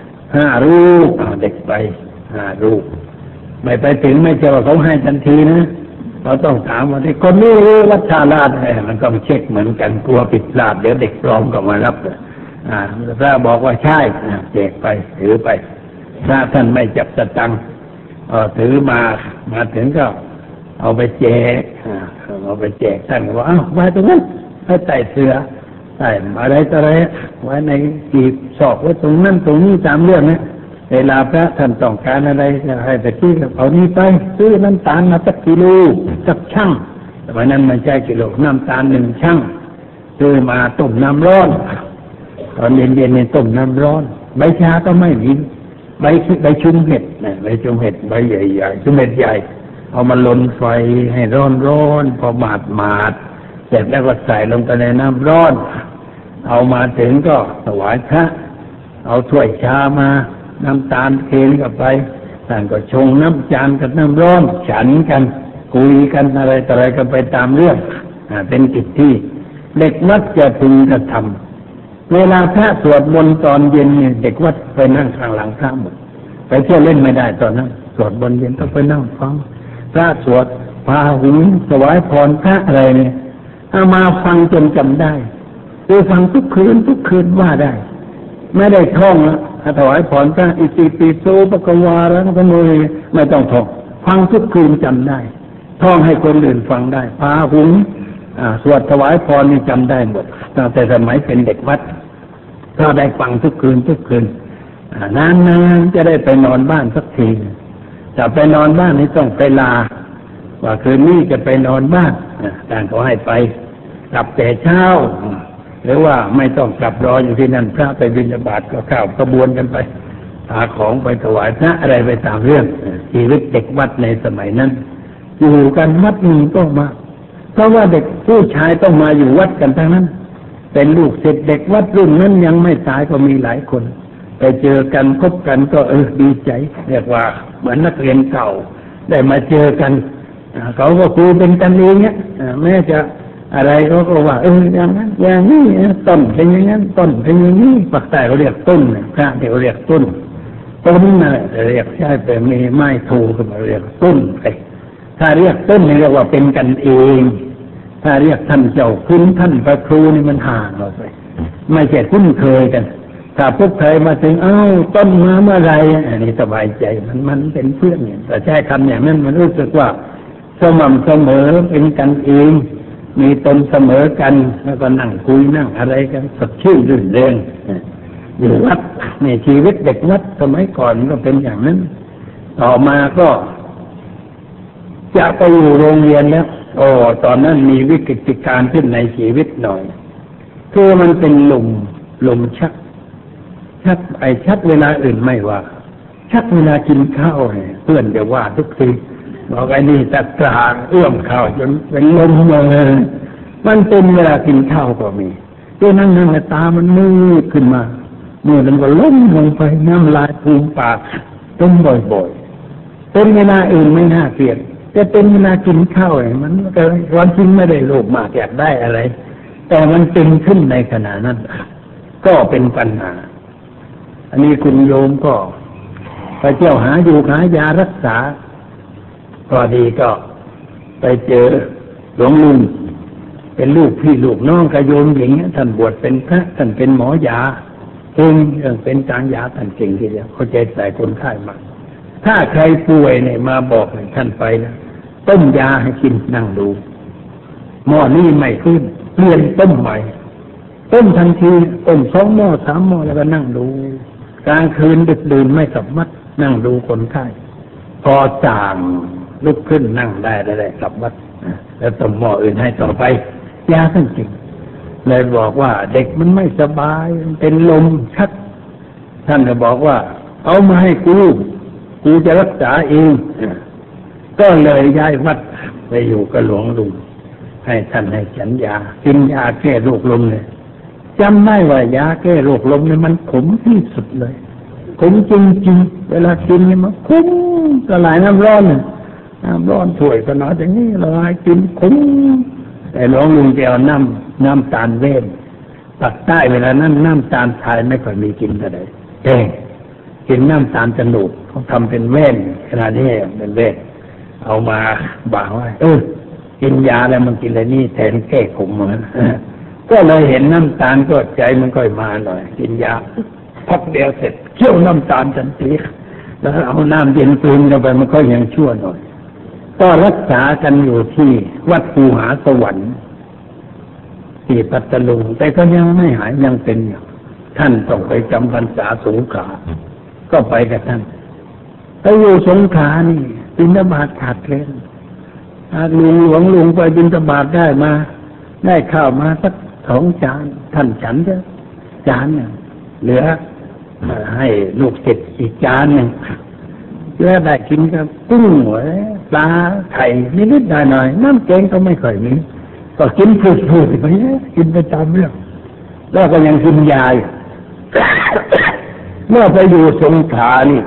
5 รูปเด็กไป5 รูปไม่ไปถึงไม่เจอว่าเขาให้ทันทีนะเราต้องถามว่าที่คนนี้วัดท่าลาดมันก็เช็คเหมือนกันกลัวผิดพลาดเดี๋ยวเด็กปลอมก็มารับพระบอกว่าใช่แจกไปถือไปพระท่านไม่จับสตังค์ถือมาถึงก็เอาไปแจกท่านก็ว่าไว้ตรงนั้นให้ใส่เสื้อใส่อะไรต่ออะไรไว้ในกีบศอกไว้ตรงนั้นตรงนี้ตามเรื่องนะเวลาพระท่านต้องการอะไรให้ไปที่เอานี้ไปซื้อน้ำตาลมาสักกิโลสักชั่งแต่วันนั้นมันใช่กิโลน้ำตาล1 ชั่งซื้อมาต้มน้ำร้อนตอนเย็นๆเนี่ยต้มน้ำร้อนใบชาก็ไม่มีใบชุมเห็ดใบชุมเห็ดใบใหญ่ๆชุมเห็ดใหญ่เอามาลนไฟให้ร้อนพอมาดเสร็จแล้วก็ใส่ลงไปในน้ำร้อนเอามาถึงก็ถวายพระเอาถ้วยชามาน้ำตาลเทเข้าไปท่านก็ชงน้ำจานกับน้ำร้อนฉันกันคุยกันอะไรต่ออะไรกันไปตามเรื่องเป็นกิจที่เด็กวัดจะพึงกระทำเวลาพระสวดมนต์ตอนเย็นเนี่ยเด็กวัดไปนั่งข้างหลังพระหมดไปเที่ยวเล่นไม่ได้ตอนนั้นสวดมนต์เย็นต้องไปนั่งฟังพระสวดพาหุงถวายพรพระอะไรเนี่ยเอามาฟังจนจำได้คือฟังทุกคืนว่าได้ไม่ได้ท่องถวายพรพระอิติปิโสภะคะวาระพะโมไม่ต้องท่องฟังทุกคืนจำได้ท่องให้คนอื่นฟังได้พาหุงสวดถวายพรนี่จำได้หมดตั้งแต่สมัยเป็นเด็กวัดก็ได้ฟังทุกคืนนานๆจะได้ไปนอนบ้านสักทีถ้าไปนอนบ้านนี่ต้องไปลาว่าคืนนี้จะไปนอนบ้านท่านก็ให้ไปกลับแต่เช้าหรือว่าไม่ต้องกลับรออยู่ที่นั่นพระไปบิณฑบาตก็เข้ากระบวนกันไปหาของไปถวายพระอะไรไปตามเรื่องชีวิตเด็กวัดในสมัยนั้นอยู่กันวัดนี้ก็มาเพราะว่าเด็กผู้ชายต้องมาอยู่วัดกันทั้งนั้นเป็นลูกศิษย์เด็กวัดรุ่นนั้นยังไม่ตายก็มีหลายคนไปเจอกันพบกันก็ดีใจเรียกว่าเหมือนนักเรียนเก่าได้มาเจอกันเขาก็คุยเป็นกันเองเนี่ยแม้จะอะไรเขาก็ว่าอย่างนั้นอย่างนี้ต้นเป็นอย่างนั้นต้นเป็นอย่างนี้ปากใต้เขาเรียกต้นพระเขาเรียกต้นน่ะเรียกใช่แต่มีไม้ถูขึ้นมาเรียกต้นไปถ้าเรียกต้นนี่เรียกว่าเป็นกันเองถ้าเรียกท่านเจ้าคุณท่านพระครูนี่มันห่างเราไปไม่ใช่คุ้นเคยกันถ้าพวกใครมาถึงต้นมาเมื่อไรอันนี้สบายใจมันเป็นเพื่อนเนี่ยแต่ใช้คำอย่างนั้นมันรู้สึกว่าสม่ำเสมอเป็นกันเองมีตนเสมอกันแล้วก็นั่งคุยนั่งอะไรกันสดชื่นรื่นเริงอยู่วัดในชีวิตเด็กวัดสมัยก่อนก็เป็นอย่างนั้นต่อมาก็จะไปอยู่โรงเรียนแล้วตอนนั้นมีวิกฤตการณ์ขึ้นในชีวิตหน่อยคือมันเป็นลมชักเวลาอื่นไม่ว่าชักเวลากินข้าวเนี่ยเพื่อนจะว่าทุกทีบอกไอ้นี่ตะกร้าเอื้อมข้าวจนเป็นลมเลยมันเป็นเวลากินข้าวก็มีตัวนั่งตามันมืดขึ้นมาเมื่อมันก็ล้มลงไปน้ำลายฟูมปากเป็นบ่อยๆเป็นเวลาอื่นไม่น่าเกลียดแต่เป็นเวลากินข้าวเนี่ยมันก็ความจริงไม่ได้โลภมากอยากได้อะไรแต่มันเป็นขึ้นในขณะนั้นก็เป็นปัญหาอันนี้คุณโยมก็ไปเที่ยวหายารักษาพอดีก็ไปเจอหลวงลุงเป็นลูกพี่ลูกน้องกับโยมหญิงท่านบวชเป็นพระท่านเป็นหมอยาเองเป็นจางยาท่านเก่งทีเดียวเข้าใจใส่คนไข้มากถ้าใครป่วยเนี่ยมาบอกท่านไปนะต้มยาให้กินนั่งดูหม้อนี้ไม่ขึ้นเปลี่ยนต้มใหม่ต้มทันทีต้ม2 หม้อ 3 หม้อแล้วก็นั่งดูกลางคืนดึกดื่นไม่กลับวัดนั่งดูคนไข้พอจางลุกขึ้นนั่งได้กลับวัดแล้วต้มหม้ออื่นให้ต่อไปยาท่านจริงเลยบอกว่าเด็กมันไม่สบายเป็นลมชักท่านก็บอกว่าเอามาให้กูจะรักษาเองก็เลยย้ายวัดไปอยู่กับหลวงลุงให้ท่านให้ฉันยากินยาแก้โรคลมเลยจำได้ว่ายาแก้โรคลมเนี่ยมันขมที่สุดเลยขมจริงๆเวลากินเนี่ยมันขมละลายน้ำร้อนน้ำร้อนถ้วยก็น้อยอย่างนี้ละลายกินขมแต่หลวงลุงจะเอาน้ำตาลเว้นปักใต้เวลานั้นน้ำตาลทายไม่ค่อยมีกินเท่าไหร่กินน้ำตาลจนูกเขาทำเป็นแว่นขนาดนี้เป็นแว่นเอามาบ่างไว้กินยาแล้วมันกินอะไรนี่แทนแก้ขมเหมือนก็เลยเห็นน้ำตาลก็ใจมันค่อยมาหน่อยกินยาพักเดียวเสร็จเคี่ยวน้ำตาลทันทีแล้วเอาน้ำเย็นตูนเข้าไปมันก็ยังชั่วหน่อยก็รักษากันอยู่ที่วัดภูหาสวรรค์ที่ปัตตานีแต่ก็ยังไม่หายยังเป็นอยู่ท่านต้องไปจำพรรษาสงขลาก็ไปกับท่านไปอยู่สงขลานี่บิณฑบาตขาดเคล็ดลุงไปบิณฑบาตได้ข้าวมาสัก2 จานท่านฉันเถอะจานนึงเหลือให้ลูกศิษย์อีกจานนึงเหลือได้กินกับกุ้งปลาไข่นิดๆหน่อยๆน้ำแกงก็ไม่ค่อยมีก็กินฝืดๆไปกินประจำเรื่องแล้วก็ยังกินยาอยู่เมื่อไปอยู่สงขลานี่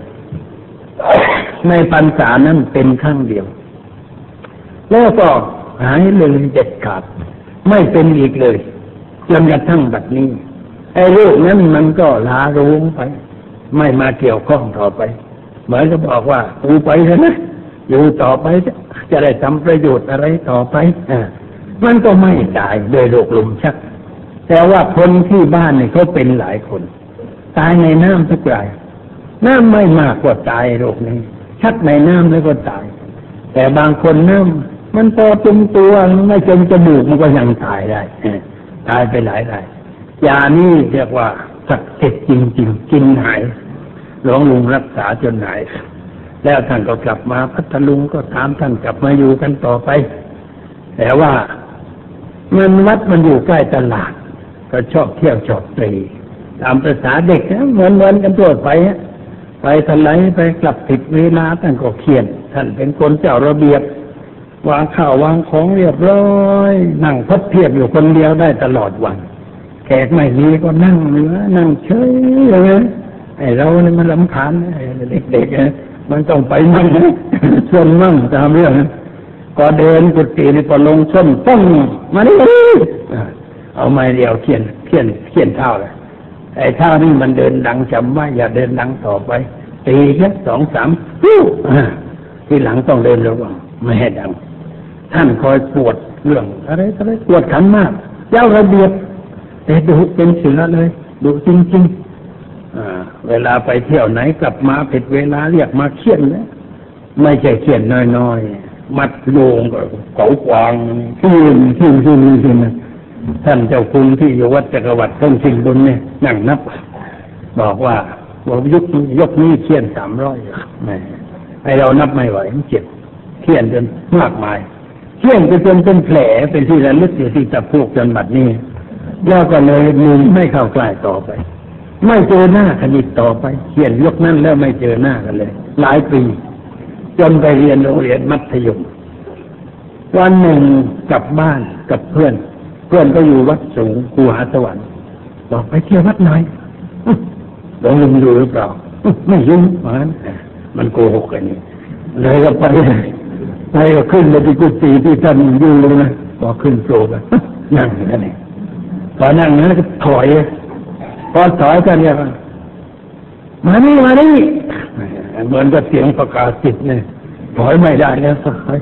ในพรรษานั้นเป็นครั้งเดียวแล้วก็หายเลยเด็ดขาดไม่เป็นอีกเลยจนกระทั่งบัดนี้ไอ้โรคนั้นมันก็ลาโรงไปไม่มาเกี่ยวข้องต่อไปเหมือนจะบอกว่ากูไปเถอะนะอยู่ต่อไปจะได้ทำประโยชน์อะไรต่อไปมันก็ไม่ตายโดยโรคลมชักแต่ว่าคนที่บ้านเนี่ยเขาเป็นหลายคนตายในน้ำทุกรายน้ำไม่มากกว่าตายโรคนี้ชักในน้ำแล้วก็ตายแต่บางคนน้ำมันพอจมตัวไม่จมจมูกมันก็ยังตายได้ตายไปหลายรายยานี่เรียกว่าศักดิ์สิทธิ์จริงๆกินหายหลวงลุงรักษาจนหายแล้วท่านก็กลับมาพัทลุงก็ตามท่านกลับมาอยู่กันต่อไปแต่ว่าวัดมันอยู่ใกล้ตลาดก็ชอบเที่ยวชอบตรีตามภาษาเด็กนะเหมือนกันทั่วไปทลายไปกลับผิดเวลาท่านก็เขียนท่านเป็นคนเจ้าระเบียบวางข้าววางของเรียบร้อยนั่งพับเพียบอยู่คนเดียวได้ตลอดวันแขกไม่มีก็นั่งเนื้อนั่งเฉยเลยไอ้เราเนี่ยมันรำคาญเด็กๆมันต้องไปมั่งส่วนมั่งตามเรื่องก็เดินกุฏินี่พอลงส้นป้องมาดิเอาไม้เดียวเขียนเท้าเลยไอ้เท้านี่มันเดินดังจำว่าอย่าเดินดังต่อไปตีแค่2-3ที่หลังต้องเดินเร็วไม่ให้ดังท่านคอยปวดเรื่องอะไรปวดขันมากเจ้าระเบียบแต่ดุเป็นเสือเลยดุจริงๆเวลาไปเที่ยวไหนกลับมาผิดเวลาเรียกมาเขียนนะไม่ใช่เขียนน้อยๆมัดโยงกับเกากวางขึ้นท่านเจ้าคุณที่อยู่วัดจักรวรรดิต้นสิงห์บุญเนี่ยนั่งนับบอกว่ายุคนี้เขียน300ให้เรานับไม่ไหวมันเจ็บเขียนจนมากมายเขียนจนเป็นแผลเป็นที่ระลึกอยู่ที่ตะโพกจนบัดนี้แล้วก็เลยมึงไม่เข้าใกล้ต่อไปไม่เจอหน้ากันอีกต่อไปเขียนยกนั้นแล้วไม่เจอหน้ากันเลยหลายปีจนไปเรียนโรงเรียนมัธยมวันหนึ่งกลับบ้านกับเพื่อนก็อยู่วัดสูงภูหาสวรรค์บอกไปเที่ยววัดไหนหลวงลุงอยู่หรือเปล่าไม่ยุ่งมันโกหกกันนี่เลยก็ไปก็ขึ้นไปที่กุฏิที่ท่านอยู่เลยนะพอขึ้นโปรกันนั่งนั่นเองพอนั่งนั้นก็ถอยพอถอยกันเนี่ยมานี่เหมือนกับเสียงประกาศจิตเนี่ยถอยไม่ได้แล้วสักที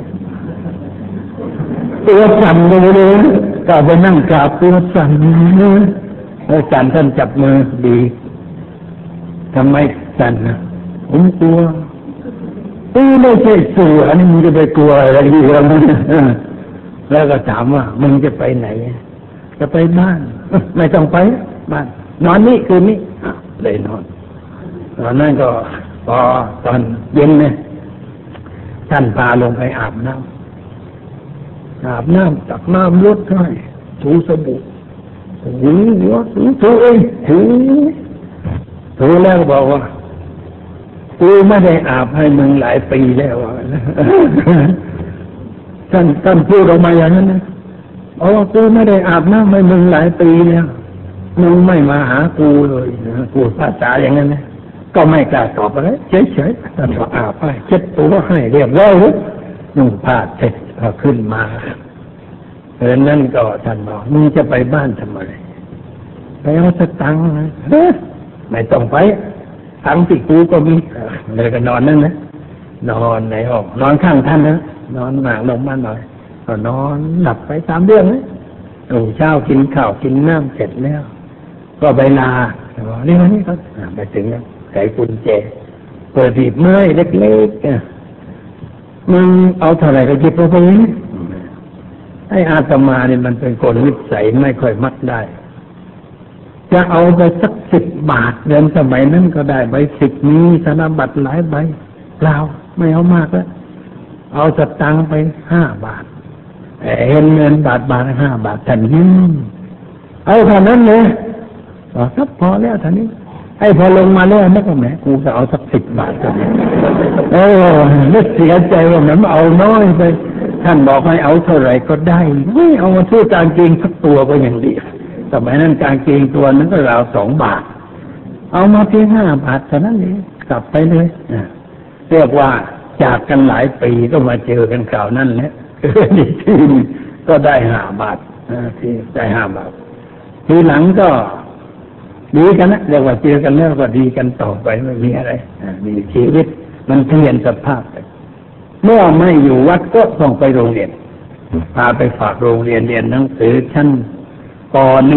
ตัวสั่นเลยก็ไปนั่งกราบตัวสั่นแล้วสั่นท่านจับมือดีทำไมสั่นนะผมกลัวไม่ใช่สู่อันนี้มึงจะไปกลัวอะไรดีกันแล้วก็ถามว่ามึงจะไปไหนจะไปบ้านไม่ต้องไปบ้านนอนนี่คืนนี้เลยนอนตอนนั้นก็พอตอนเย็นเนี่ยท่านพาลงไปอาบน้ำอาบน้ำตักน้ำลดให้ถูสบู่ถูหัวถูเองถูแล้วบอกว่ากูไม่ได้อาบให้มึงหลายปีแล้วท่านพูดออกมาอย่างนั้นนะกูไม่ได้อาบน้ำให้มึงหลายปีแล้วมึงไม่มาหากูเลยกูภาษาอย่างนั้นนะก็ไม่กล้าตอบอะไรเฉยๆท่านก็อาบให้เช็ดตัวให้เรียบร้อยนุ่งผ้าเสร็จก็ขึ้นมานั่นก็ท่านบอกมึงจะไปบ้านทำไมไปเอาสตังค์นะไม่ต้องไปตังค์ที่กูก็มีเลยก็นอนนั่นนะนอนในห้องนอนข้างท่านนะนอนหมากลงมาหน่อยก็นอนหลับไป3 เดือนนะเช้ากินข้าวกินน้ำเสร็จแล้วก็ไปลาบอกนี่วันนี้ก็ไปถึงแล้วไขกุญแจเปิดหีบไม้เล็กๆมึงเอาเท่าไหร่ก็หยิบเอาไปนี้ไอ้อาตมาเนี่ยมันเป็นคนนิสัยไม่ค่อยมักได้จะเอาไปสัก10 บาทเงินสมัยนั้นก็ได้ใบ10นี้ธนบัตรหลายใบเปล่าไม่เอามากแล้วเอาสตังค์ไป5 บาทเห็นเงินบาท5 บาทท่านยิ้มเอาเท่านั้นเลยครับพอแล้วท่านนี้ไอ้พอลงมาแล้วนักแหมกูจะเอาสัก10 บาทกันนึกเสียใจว่ามันเอาน้อยไปท่านบอกให้เอาเท่าไหร่ก็ได้ไม่เอามาซื้อกางเกงสักตัวก็ยังดีสมัยนั้นกางเกงตัวนั้นก็ราว2 บาทเอามาเพียง5 บาทเท่านั้นเองกลับไปเลยเรียกว่าจากกันหลายปีก็มาเจอกันคราวนั้นแหละนี่ทีก็ได้5 บาทที่ได้5 บาททีหลังก็ดีกันนะเรียกว่าเจอกันแล้วก็ดีกันต่อไปไม่มีอะไรมีชีวิตมันเปลี่ยนสภาพไปเมื่อไม่อยู่วัดก็ต้องไปโรงเรียนพาไปฝากโรงเรียนเรียนหนังสือชั้นป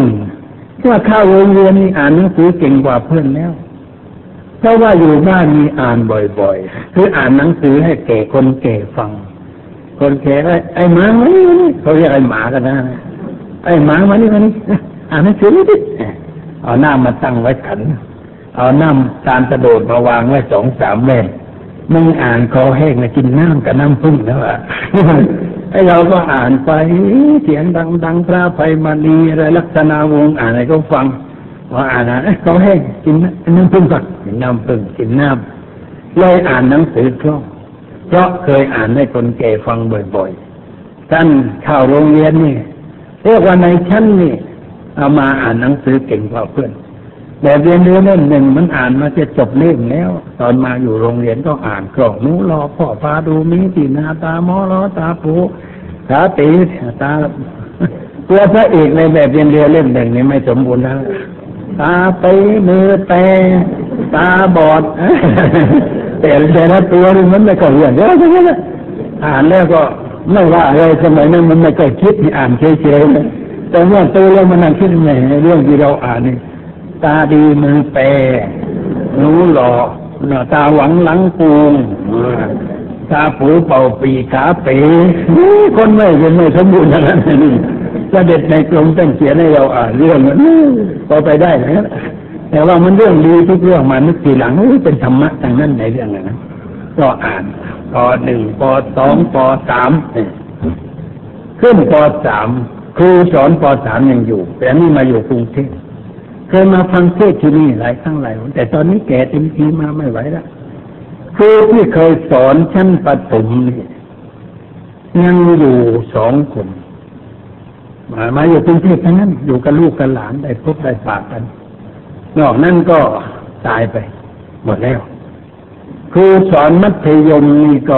.1 ถ้าเข้าโรงเรียนนี่อ่านหนังสือเก่งกว่าเพื่อนแล้วเพราะว่าอยู่บ้านมีอ่านบ่อยๆคืออ่านหนังสือให้แก่คนแก่ฟังคนแก่ไอ้หมามานี่เขาเรียกไอ้หมากันนะไอ้หมามานี่อ่านหนังสือดิเอาน้ำมาตั้งไว้ขันเอาน้ำตาลกระโดดมาวางไว้2-3 แม่มึงอ่านคอแห้งกินน้ำกับน้ำพึ่งแล้วไอ้เราก็อ่านไปเสียงดังๆพระไพมณีอะไรลักษณะวงศ์อ่านอะไรก็ฟังว่าอ่านคอแห้งกินน้ำพึ่งก่อนกินน้ำพึ่งกินน้ำเลยอ่านหนังสือคล่องเพราะเคยอ่านให้คนแก่ฟังบ่อยๆท่านเข้าโรงเรียนนี่เรียกว่าในชั้นนี่เอามาอ่านหนังสือเก่งกว่าเพื่อนแบบเรียนเล่ม 1มันอ่านมาจะจบเล่มแล้วตอนมาอยู่โรงเรียนก็อ่านกล่องนู้รอพ่อฟ้าดูมีตีนาตามอล้อตาปูตาตีตาตัวพระเอกในแบบเรียนเล่ม 1นี่ไม่สมบูรณ์นะตาไปมือแตตาบอดแต่ละตัวนี่มันไม่ก็เรื่องเยอะใช่ไหมอ่านแล้วก็ไม่ว่าอะไรสมัยนั้นมันไม่ก็คิดที่อ่านเฉยๆแต่ว่าตัวแล้วมันนั่งคิดในเรื่องที่เราอ่านนี่ตาดีมือแปรรู้หลอกตาหวังหลังปูงตาปูเป่าปีขาเป๋คนไม่สมบูรณ์ทั้งนั้นนี่เสด็จในกรมตั้งเขียนให้เราอ่านเรื่องมันพอไปได้นะแต่ว่ามันเรื่องดีทุกเรื่องมานึกทีหลังเป็นธรรมะทั้งนั้นในเรื่องนั้นก็อ่านป .1 ป .2 ป .3 ขึ้นป .3 ครูสอนป .3 ยังอยู่แต่นี่มาอยู่กรุงเทพเคยมาฟังเทศที่นี่หลายครั้งหลายวันแต่ตอนนี้แก่เต็มทีมาไม่ไหวแล้วครูที่เคยสอนชั้นประถมนี่ยังอยู่2 คนมาอยู่กรุงเทพทั้งนั้นอยู่กับลูกกับหลานได้พบได้ปากกันนอกนั้นก็ตายไปหมดแล้วครูสอนมัธยมนี่ก็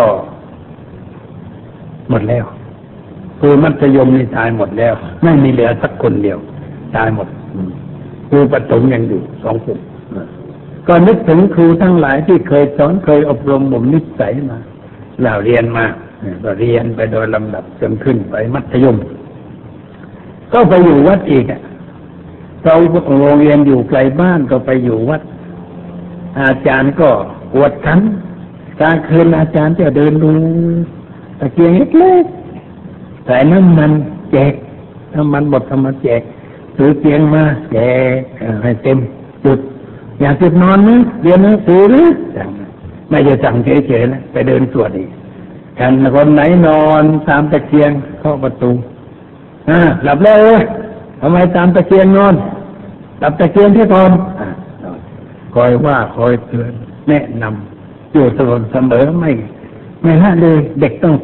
หมดแล้วครูมัธยมนี่ตายหมดแล้วไม่มีเหลือสักคนเดียวตายหมดครูประถมยังอยู่2 คนก็นึกถึงครูทั้งหลายที่เคยสอนเคยอบรมบ่มนิสัยมาเราเรียนมาก็เรียนไปโดยลำดับจนขึ้นไปมัธยมก็ไปอยู่วัดอีกเราโรงเรียนอยู่ไกลบ้านก็ไปอยู่วัดอาจารย์ก็กวดขันกลางคืนอาจารย์จะเดินดูตะเกียงเล็กๆใส่น้ำมันแจกน้ำมันบดทำมาแจกถือเกียงมาแจกให้เต็มจุดอยากจะนอนไหมเรียนหนังสือหรือไม่จะสั่งเฉยๆนะไปเดินสวดอีกฉันคนไหนนอนตามตะเกียงเข้าประตูหลับแล้วทำไมตามตะเกียงนอนหลับตะเกียงที่ก่อนคอยว่าคอยเตือนแนะนำอยู่เสมอไม่ละเลยเด็กต้อง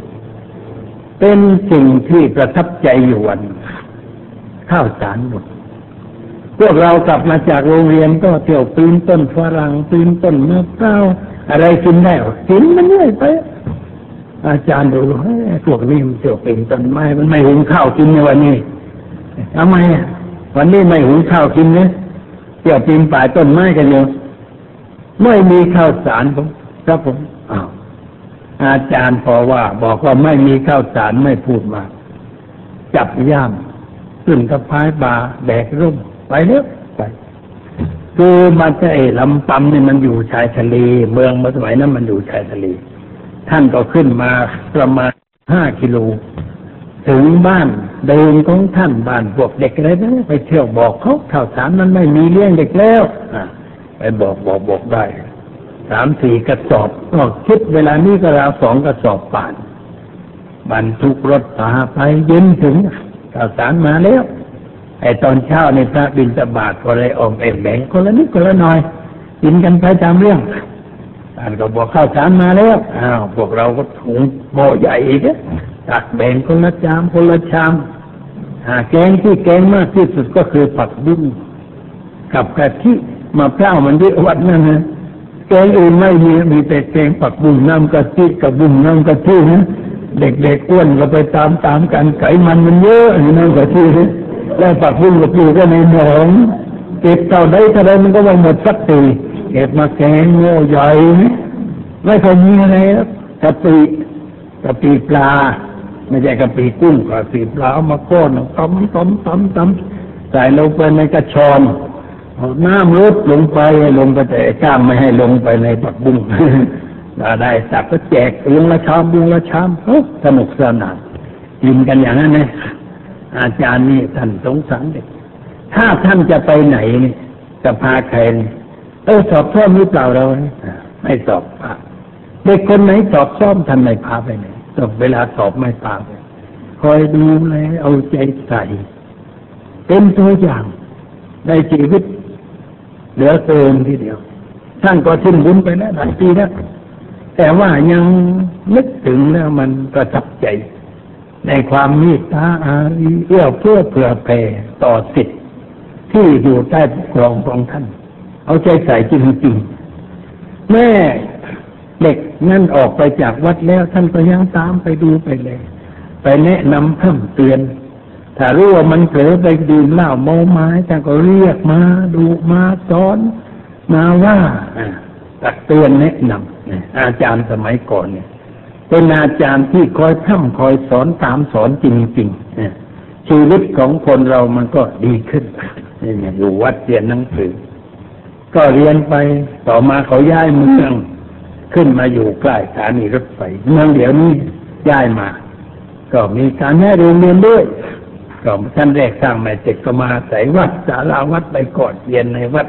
40เป็นสิ่งที่ประทับใจอยู่วันข้าวสารหมดพวกเรากลับมาจากโรงเรียนก็เที่ยวปีนต้นฝรั่งปีนต้นมะพร้าวอะไรกินได้กินมันเรื่อยไปอาจารย์ดูพวกนี้มันเที่ยวปีนต้นไม้มันไม่หุงข้าวกินในวันนี้ทำไมวันนี้ไม่หุงข้าวกินเนี่ยเที่ยวปีนป่ายต้นไม้กันอยู่ไม่มีข้าวสารผมครับผมอาจารย์พอว่าบอกว่าไม่มีข้าวสารไม่พูดมาจับย่ามขึ้นกระพายบาแบกร่มไปเร็วไปคือมันจะลำปำเนี่ยมันอยู่ชายทะเลเมืองเมื่อสมัยนั้นมันอยู่ชายทะเลท่านก็ขึ้นมาประมาณ5 กิโลถึงบ้านเดิมของท่านบ้านพวกเด็กอะไรนะไปเที่ยวบอกเขาข่าวสารมันไม่มีเลี้ยงเด็กแล้วไปบอกได้3-4 กระสอบก็คิดเวลานี้ก็ราว2 กระสอบป่านบรรทุกรถพาไปเย็นถึงข่าวสารมาแล้วไอ้ตอนเช้าในพระบิณฑบาตก็เลยออกแบ่งคนละนิดคนละหน่อยกินกันไปตามเรื่องท่านก็บอกข้าวสารมาแล้วพวกเราก็ถุงหม้อใหญ่อีกตักแบ่งคนละชามคนละชามแกงที่แกงมากที่สุดก็คือผักบุ้งกับกะทิมะพร้าวมันที่วัดนั่นนะแกงอื่นไม่มีแต่แกงผักบุ้งน้ำกะทิกับบุ้งน้ำกะทินะเด็กๆอ้วนก็ไปตามกันไขมันมันเยอะน้ำกะทิแล้วผักบุ้งก็ปลูกก็ในหนองเก็บเท่าใดมันก็ไม่หมดสักทีเก็บมาแกงโง่ใหญ่ไม่เคยมีอะไรแล้วกะปิปลาไม่ใช่กะปิกุ้งกะปิปลาเอามาก้อนตำใส่ลงไปในกระชอนน้ำลดลงไปแต่ก้ามไม่ให้ลงไปในผักบุ้งได้สักก็แจกบุ้งละชามสนุกสนานกินกันอย่างนั้นนะอาจารย์นี่ท่านสงสารเด็กถ้าท่านจะไปไหนนี่จะพาใครสอบซ่อมหรือเปล่าเราไม่สอบเด็กคนไหนสอบซ่อมท่านไม่พาไปไหนเวลาสอบไม่พาไปคอยดูแลเอาใจใส่เป็นตัวอย่างในชีวิตเหลือเกินทีเดียวท่านก็สิ้นบุญไปแล้วหลายปีแล้วแต่ว่ายังนึกถึงแล้วมันประทับใจในความเมตตาอารีเอื้อเฟื้อเผื่อแผ่ต่อสิทธิ์ที่อยู่ใต้ปกครองของท่านเอาใจใส่จริงๆแม่เด็กนั่นออกไปจากวัดแล้วท่านก็ยังตามไปดูไปเลยไปแนะนำคำเตือนถ้ารู้ว่ามันเผลอไปดื่มเหล้าเมาไม้ท่านก็เรียกมาดูมาสอนมาว่าตักเตือนแนะนำอาจารย์สมัยก่อนเนี่ยเป็นอาจารย์ที่คอยพร่ำคอยสอนตามสอนจริงๆชีวิตของคนเรามันก็ดีขึ้นอยู่วัดเรียนหนังสือก็เรียนไปต่อมาเขาย้ายเมืองขึ้นมาอยู่ใกล้สถานีรถไฟเมืองเดี๋ยวนี้ย้ายมาก็มีการให้โรงเรียนด้วยก็ท่านแรกสร้างใหม่เสร็จก็มาใส่วัดศาลาวัดไปก่อนเรียนในวัด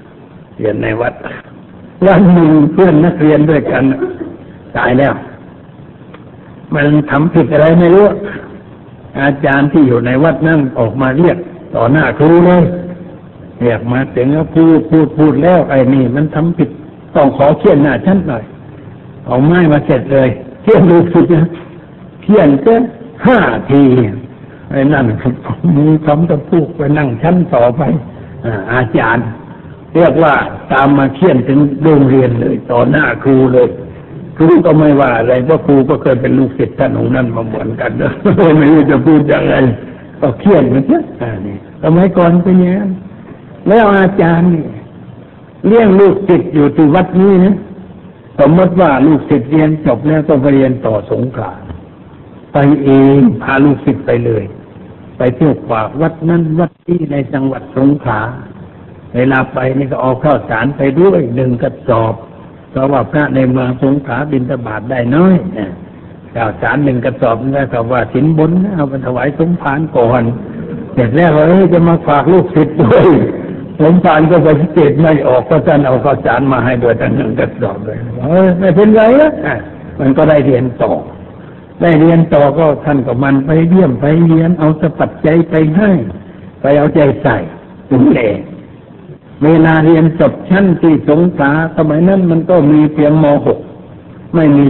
วันหนึ่งเพื่อนนักเรียนด้วยกันตายแล้วมันทำผิดอะไรไม่รู้อาจารย์ที่อยู่ในวัดนั่งออกมาเรียกต่อหน้าครูเลยเรียกมาถึงแล้วพูดแล้วไอ้นี่มันทำผิดต้องขอเขียนหน้าชั้นหน่อยเอาไม้มาเสร็จเลยเขียนดูสุดนะเขียนแค่5 ทีไอ้นั่นมีคำตะพูกไปนั่งชั้นต่อไปอาจารย์เรียกว่าตามมาเขียนถึงโรงเรียนเลยต่อหน้าครูเลยครูก็ไม่ว่าอะไรเพราะครูก็เคยเป็นลูกศิษย์ท่านองค์นั้นมาเหมือนกันนะไม่รู้จะพูดยังไงก็เขียนมันเนี่ยนี่สมัยก่อนเป็นอย่างนั้นแล้วอาจารย์นี่เลี้ยงลูกศิษย์อยู่ที่วัดนี้นะสมมติว่าลูกศิษย์เรียนจบแล้วต้องไปเรียนต่อสงขลาไปเองพาลูกศิษย์ไปเลยไปเที่ยวฝากวัดนั้นวัดนี้ในจังหวัดสงขลาเวลาไปนี่ก็เอาข้าวสารไปด้วย1 กระสอบเพราะว่าพระในเมืองสงขลาบิณฑบาตได้น้อยข้าวสาร1 กระสอบนั่นก็ว่าสินบนเอาไปถวายสมภารก่อนเสร็จแล้วจะมาฝากลูกศิษย์ด้วยสมภารก็ปฏิเสธไม่ออกก็ท่านเอาข้าวสารมาให้ด้วยตั้ง1 กระสอบเลยไม่เป็นไรนะมันก็ได้เรียนต่อก็ท่านก็มันไปเยี่ยมไปเรียนเอาปัจจัยไปให้ไปเอาใจใส่ดูแลเวลาเรียนจบชั้นที่สงขลาสมัยนั้นมันก็มีเพียงม.6 ไม่มี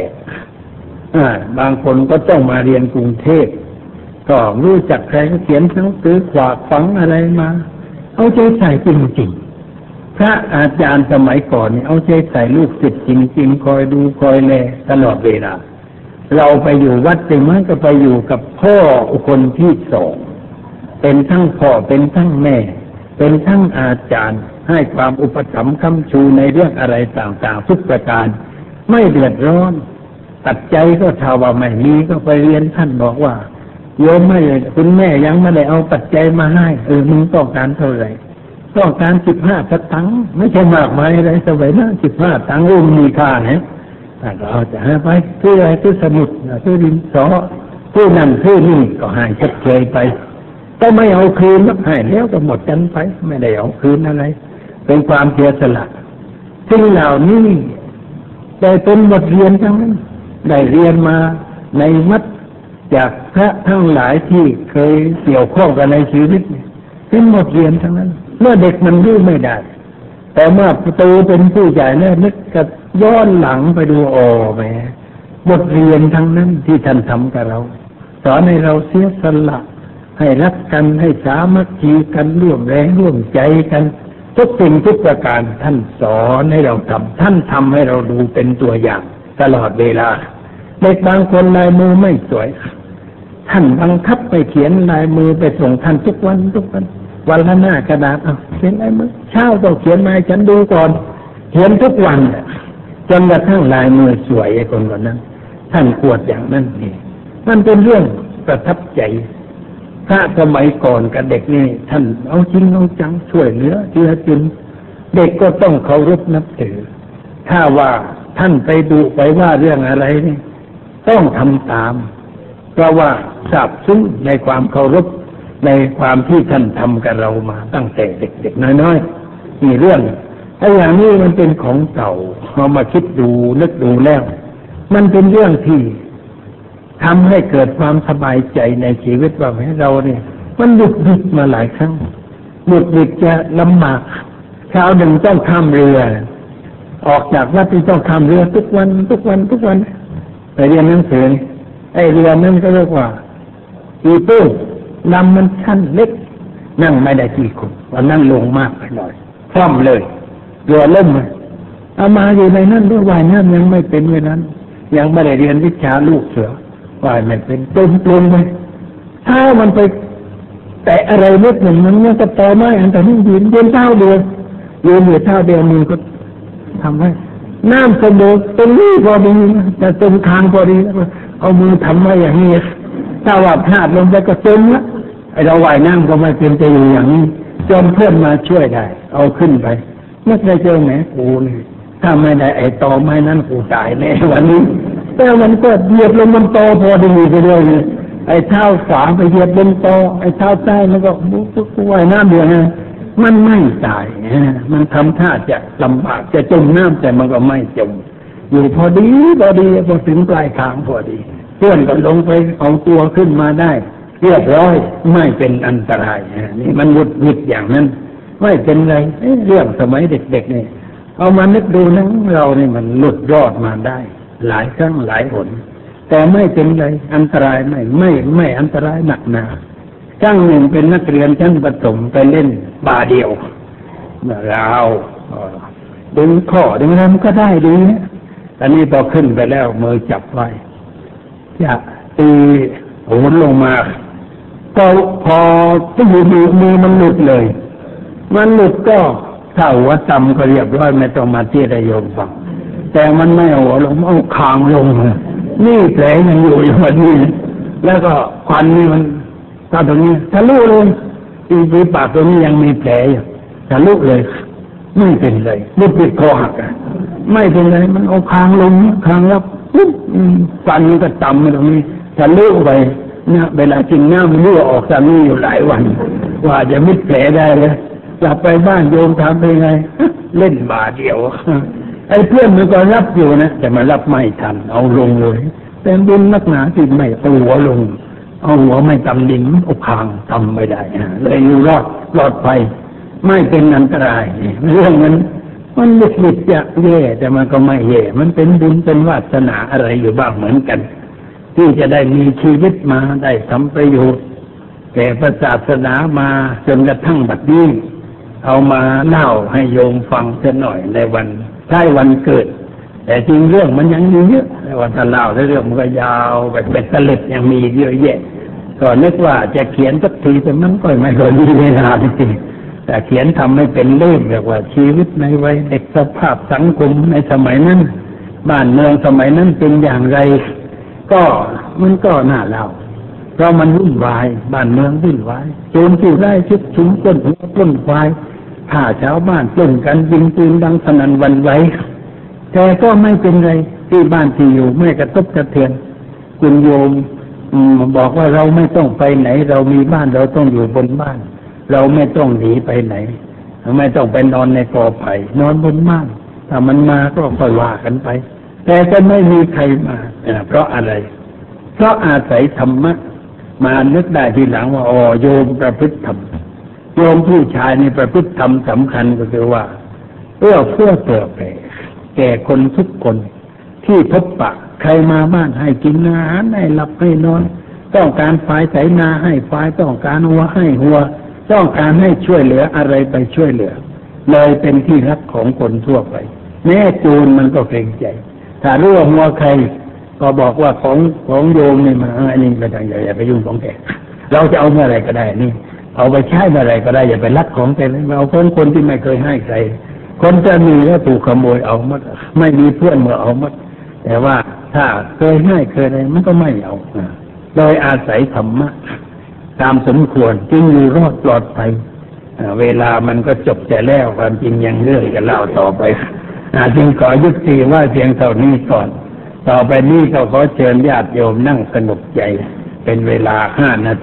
7-8บางคนก็ต้องมาเรียนกรุงเทพก็รู้จักใครก็เขียนหนังสือฝากฝังอะไรมาเอาใจใส่จริงๆพระอาจารย์สมัยก่อนนี่เอาใจใส่ลูกศิษย์จริงๆคอยดูคอยแลตลอดเวลาเราไปอยู่วัดจริงมันก็ไปอยู่กับพ่อคนที่สองเป็นทั้งพ่อเป็นทั้งแม่เป็นทั้งอาจารย์ให้ความอุปถัมภ์ค้ำชูในเรื่องอะไรต่างๆทุกประการไม่เดือดร้อนตัดใจก็ถ้าว่าไม่มีก็ไปเรียนท่านบอกว่าโยมไม่คุณแม่ยังไม่ได้เอาปัจจัยมาให้มึงต้องการเท่าไหร่ต้องการ15 สตังค์ไม่ใช่มากมายอะไรสมัยนั้น15 สตังค์มีค่านะเราจะให้ไปซื้ออะไรซื้อสมุดซื้อดินสอซื้อนั่นซื้อนี่ก็ให้ชดเชยไปก็ไม่เอาคืนให้แล้วก็หมดกันไปไม่ได้เอาคืนอะไรเป็นความเสียสละสิ่งเหล่านี้ได้เป็นบทเรียนทั้งนั้นได้เรียนมาในวัดจากพระทั้งหลายที่เคยเกี่ยวข้องกันในชีวิตเป็นบทเรียนทั้งนั้นเมื่อเด็กมันรู้ไม่ได้แต่เมื่อโตเป็นผู้ใหญ่เนี่ยนึกกับย้อนหลังไปดูแหมบทเรียนทั้งนั้นที่ท่านทำกับเราสอนให้เราเสียสละให้รักกันให้สามัคคีกันร่วมแรงร่วมใจกันทุกสิ่งทุกประการท่านสอนให้เราทำท่านทำให้เราดูเป็นตัวอย่างตลอดเวลาเด็กบางคนลายมือไม่สวยท่านบังคับไปเขียนลายมือไปส่งท่านทุกวันวันละหน้ากระดาษเขียนลายมือเช้าต้องเขียนมาให้ฉันดูก่อนเขียนทุกวันจนกระทั่งลายมือสวยไอ้คนนั้นท่านกวดอย่างนั้นนี่มันเป็นเรื่องประทับใจพระสมัยก่อนกับเด็กนี่ท่านเอาจริงเอาจังช่วยเหลือเจือจุนเด็กก็ต้องเคารพนับถือถ้าว่าท่านไปดุไปว่าเรื่องอะไรนี่ต้องทำตามเพราะว่าทราบซึ้งในความเคารพในความที่ท่านทำกับเรามาตั้งแต่เด็กๆน้อยๆมีเรื่องไอ้อย่างนี้มันเป็นของเก่าเรามาคิดดูนึกดูแล้วมันเป็นเรื่องที่ทำให้เกิดความสบายใจในชีวิตว่าให้เราเนี่ยมันหลุดหวิดมาหลายครั้งหลุดหวิดจะลำบากคราวหนึ่งต้องข้ามเรือออกจากวัดที่ต้องข้ามเรือทุกวันไปเรียนหนังสือไอ้เรือนั่นก็เรียกว่าอีตู้ลำมันชั้นเล็กนั่งไม่ได้กี่คนว่านั่งลงมากไปหน่อยคว่ำเลยเรือล่มเอามาอยู่ในนั้นด้วยว่ายน้ำยังไม่เป็นเวลานั้นยังไม่ได้เรียนวิชาลูกเสือว่ายไม่เป็นจมลงไปถ้ามันไปแต่อะไรเล็กหนึ่งมันก็ต่อไม้อันแต่นี่ยืนเท้าเดียวยืนเท้าเดียวมือก็ทำให้น้ำสมบูรณ์ตรงนี้พอดีแต่ตรงทางพอดีแล้วเอามือทำไว้อย่างนี้ถ้าว่าพลาดลงไปก็จมละไอเราว่ายน้ำก็ไม่เป็นจะอยู่อย่างนี้จนเพื่อนมาช่วยได้เอาขึ้นไปไม่เคยเจอแหมกูนี่ถ้าไม่ได้ไอตอไม้นั้นกูตายแน่วันนี้แต่มันก็เหยียบลงบนตอพอดีไปเลยไอเท้าขวาไปเหยียบบนตอไอเท้าซ้ายมันก็ว่ายน้ำเดียวนะมันไม่ตายมันทำท่าจะลำบากจะจมน้ำแต่มันก็ไม่จมอยู่พอดีพอถึงปลายทางพอดีเพื่อนก็ลงไปเอาตัวขึ้นมาได้เรียบร้อยไม่เป็นอันตรายนี่มันวุดวิดอย่างนั้นไม่เป็นไรเรื่องสมัยเด็กๆนี่เอามานึกดูนะเราเนี่ยมันหลุดรอดมาได้หลายครั้งหลายหนแต่ไม่เป็นไรอันตรายไม่อันตรายหนักหนาครั้งหนึ่งเป็นนักเรียนชั้นประถมไปเล่นบาเดียวเราดึงข้อดึงอะไรมันก็ได้ดีนะอันนี้พอขึ้นไปแล้วมือจับไว้จะตีโหนลงมาก็พอที่มือมันหลุดเลยมันหลุดก็ถ้าหัวต่ำก็เรียบร้อยไม่ต้องมาที่ระยมฟังแต่มันไม่เอาหัวลงเอาคางลงนี่แผลยังอยู่วันนี้แล้วก็ควันนี่มันถ้าตรงนี้ทะลุเลยอีปากตรงนี้ยังมีแผลอยู่ทะลุเลยไม่เป็นไรไม่ปิดคอหักไม่เป็นไรมันเอาคางลงคางแล้วฟันก็ต่ำไปตรงนี้ทะลุไปเนี่ยเวลากินน้ำมันรั่วออกจากนี้อยู่หลายวันว่าจะมิดแผลได้เลยกลับไปบ้านโยมทำเป็นไงเล่นบาเดียวไอ้เพื่อนมันก็รับอยู่นะแต่มารับไม่ทันเอาลงเลยแต่บุญนักหนาที่ไม่เอาหัวลงเอาหัวไม่ตำดินเอาคางตำไม่ได้เลยอยู่รอดปลอดภัยไม่เป็นอันตรายเรื่องมันลิบๆจะแย่แต่มันก็ไม่แย่มันเป็นบุญเป็นวาสนาอะไรอยู่บ้างเหมือนกันที่จะได้มีชีวิตมาได้ทำประโยชน์แก่พระศาสนามาจนกระทั่งบัดนี้เอามาเล่าให้โยมฟังสักหน่อยในวันใกล้วันเกิดแต่จริงเรื่องมันยังมีเยอะแต่ว่าถ้าเล่าเรื่องมันก็ยาวแบบเป็นตะลึกยังมีเยอะแยะก็นึกว่าจะเขียนสักทีแต่มันก็ไม่เคยมีเวลาจริงๆแต่เขียนทำให้เป็นเล่มเรียกว่าชีวิตในวัยเด็กสภาพสังคมในสมัยนั้นบ้านเมืองสมัยนั้นเป็นอย่างไรก็มันก็น่าเล่าเพราะมันวุ่นวายบ้านเมืองวุ่นวายโจรผู้ร้ายชุดชุมปล้นหัวปล้นควายฆ่าชาวบ้านปล้นกันยิงปืนดังสนั่นหวั่นไหวแต่ก็ไม่เป็นไรที่บ้านที่อยู่ไม่กระทบกระเทือนคุณโยมบอกว่าเราไม่ต้องไปไหนเรามีบ้านเราต้องอยู่บนบ้านเราไม่ต้องหนีไปไหนไม่ต้องไปนอนในกอไผ่นอนบนบ้านถ้ามันมาก็ค่อยว่ากันไปแต่ก็ไม่มีใครมาเพราะอะไรเพราะอาศัยธรรมะมานึกได้ทีหลังว่าอ๋อโยมประพฤติธรรมโยมผู้ชายในประพฤติธรรมสำคัญก็คือว่าเพื่อแผ่แก่คนทุกคนที่พบปะใครมาบ้านให้กินอาหารให้หลับให้นอนต้องการฝ่ายไถนาให้ฝ่ายต้องการหัวให้หัวต้องการให้ช่วยเหลืออะไรไปช่วยเหลือเลยเป็นที่รักของคนทั่วไปแม่โจรมันก็เกรงใจถ้ารู้ว่าหัวใครก็บอกว่าของโยมนี่มาอันนี้ก็ต้องอย่าไปยุ่งของแกเราจะเอาเมื่อไรก็ได้นี่เอาไปใช้เมื่อไรก็ได้อย่าไปลักของแกเลยเอาคนที่ไม่เคยให้ใครคนจะมีแล้วถูกขโมยเอาหมดไม่มีเพื่อนมาเอาหมดแต่ว่าถ้าเคยให้เคยอะไรมันก็ไม่เอาโดยอาศัยธรรมะตามสมควรจึงอยู่รอดปลอดภัยเวลามันก็จบแต่แล้วความจริงยังเรื่องจะเล่าต่อไปจึงขอยุติว่าเพียงเท่านี้ก่อนต่อไปนี้ก็ขอเชิญญาติโยมนั่งสงบใจเป็นเวลา5 นาที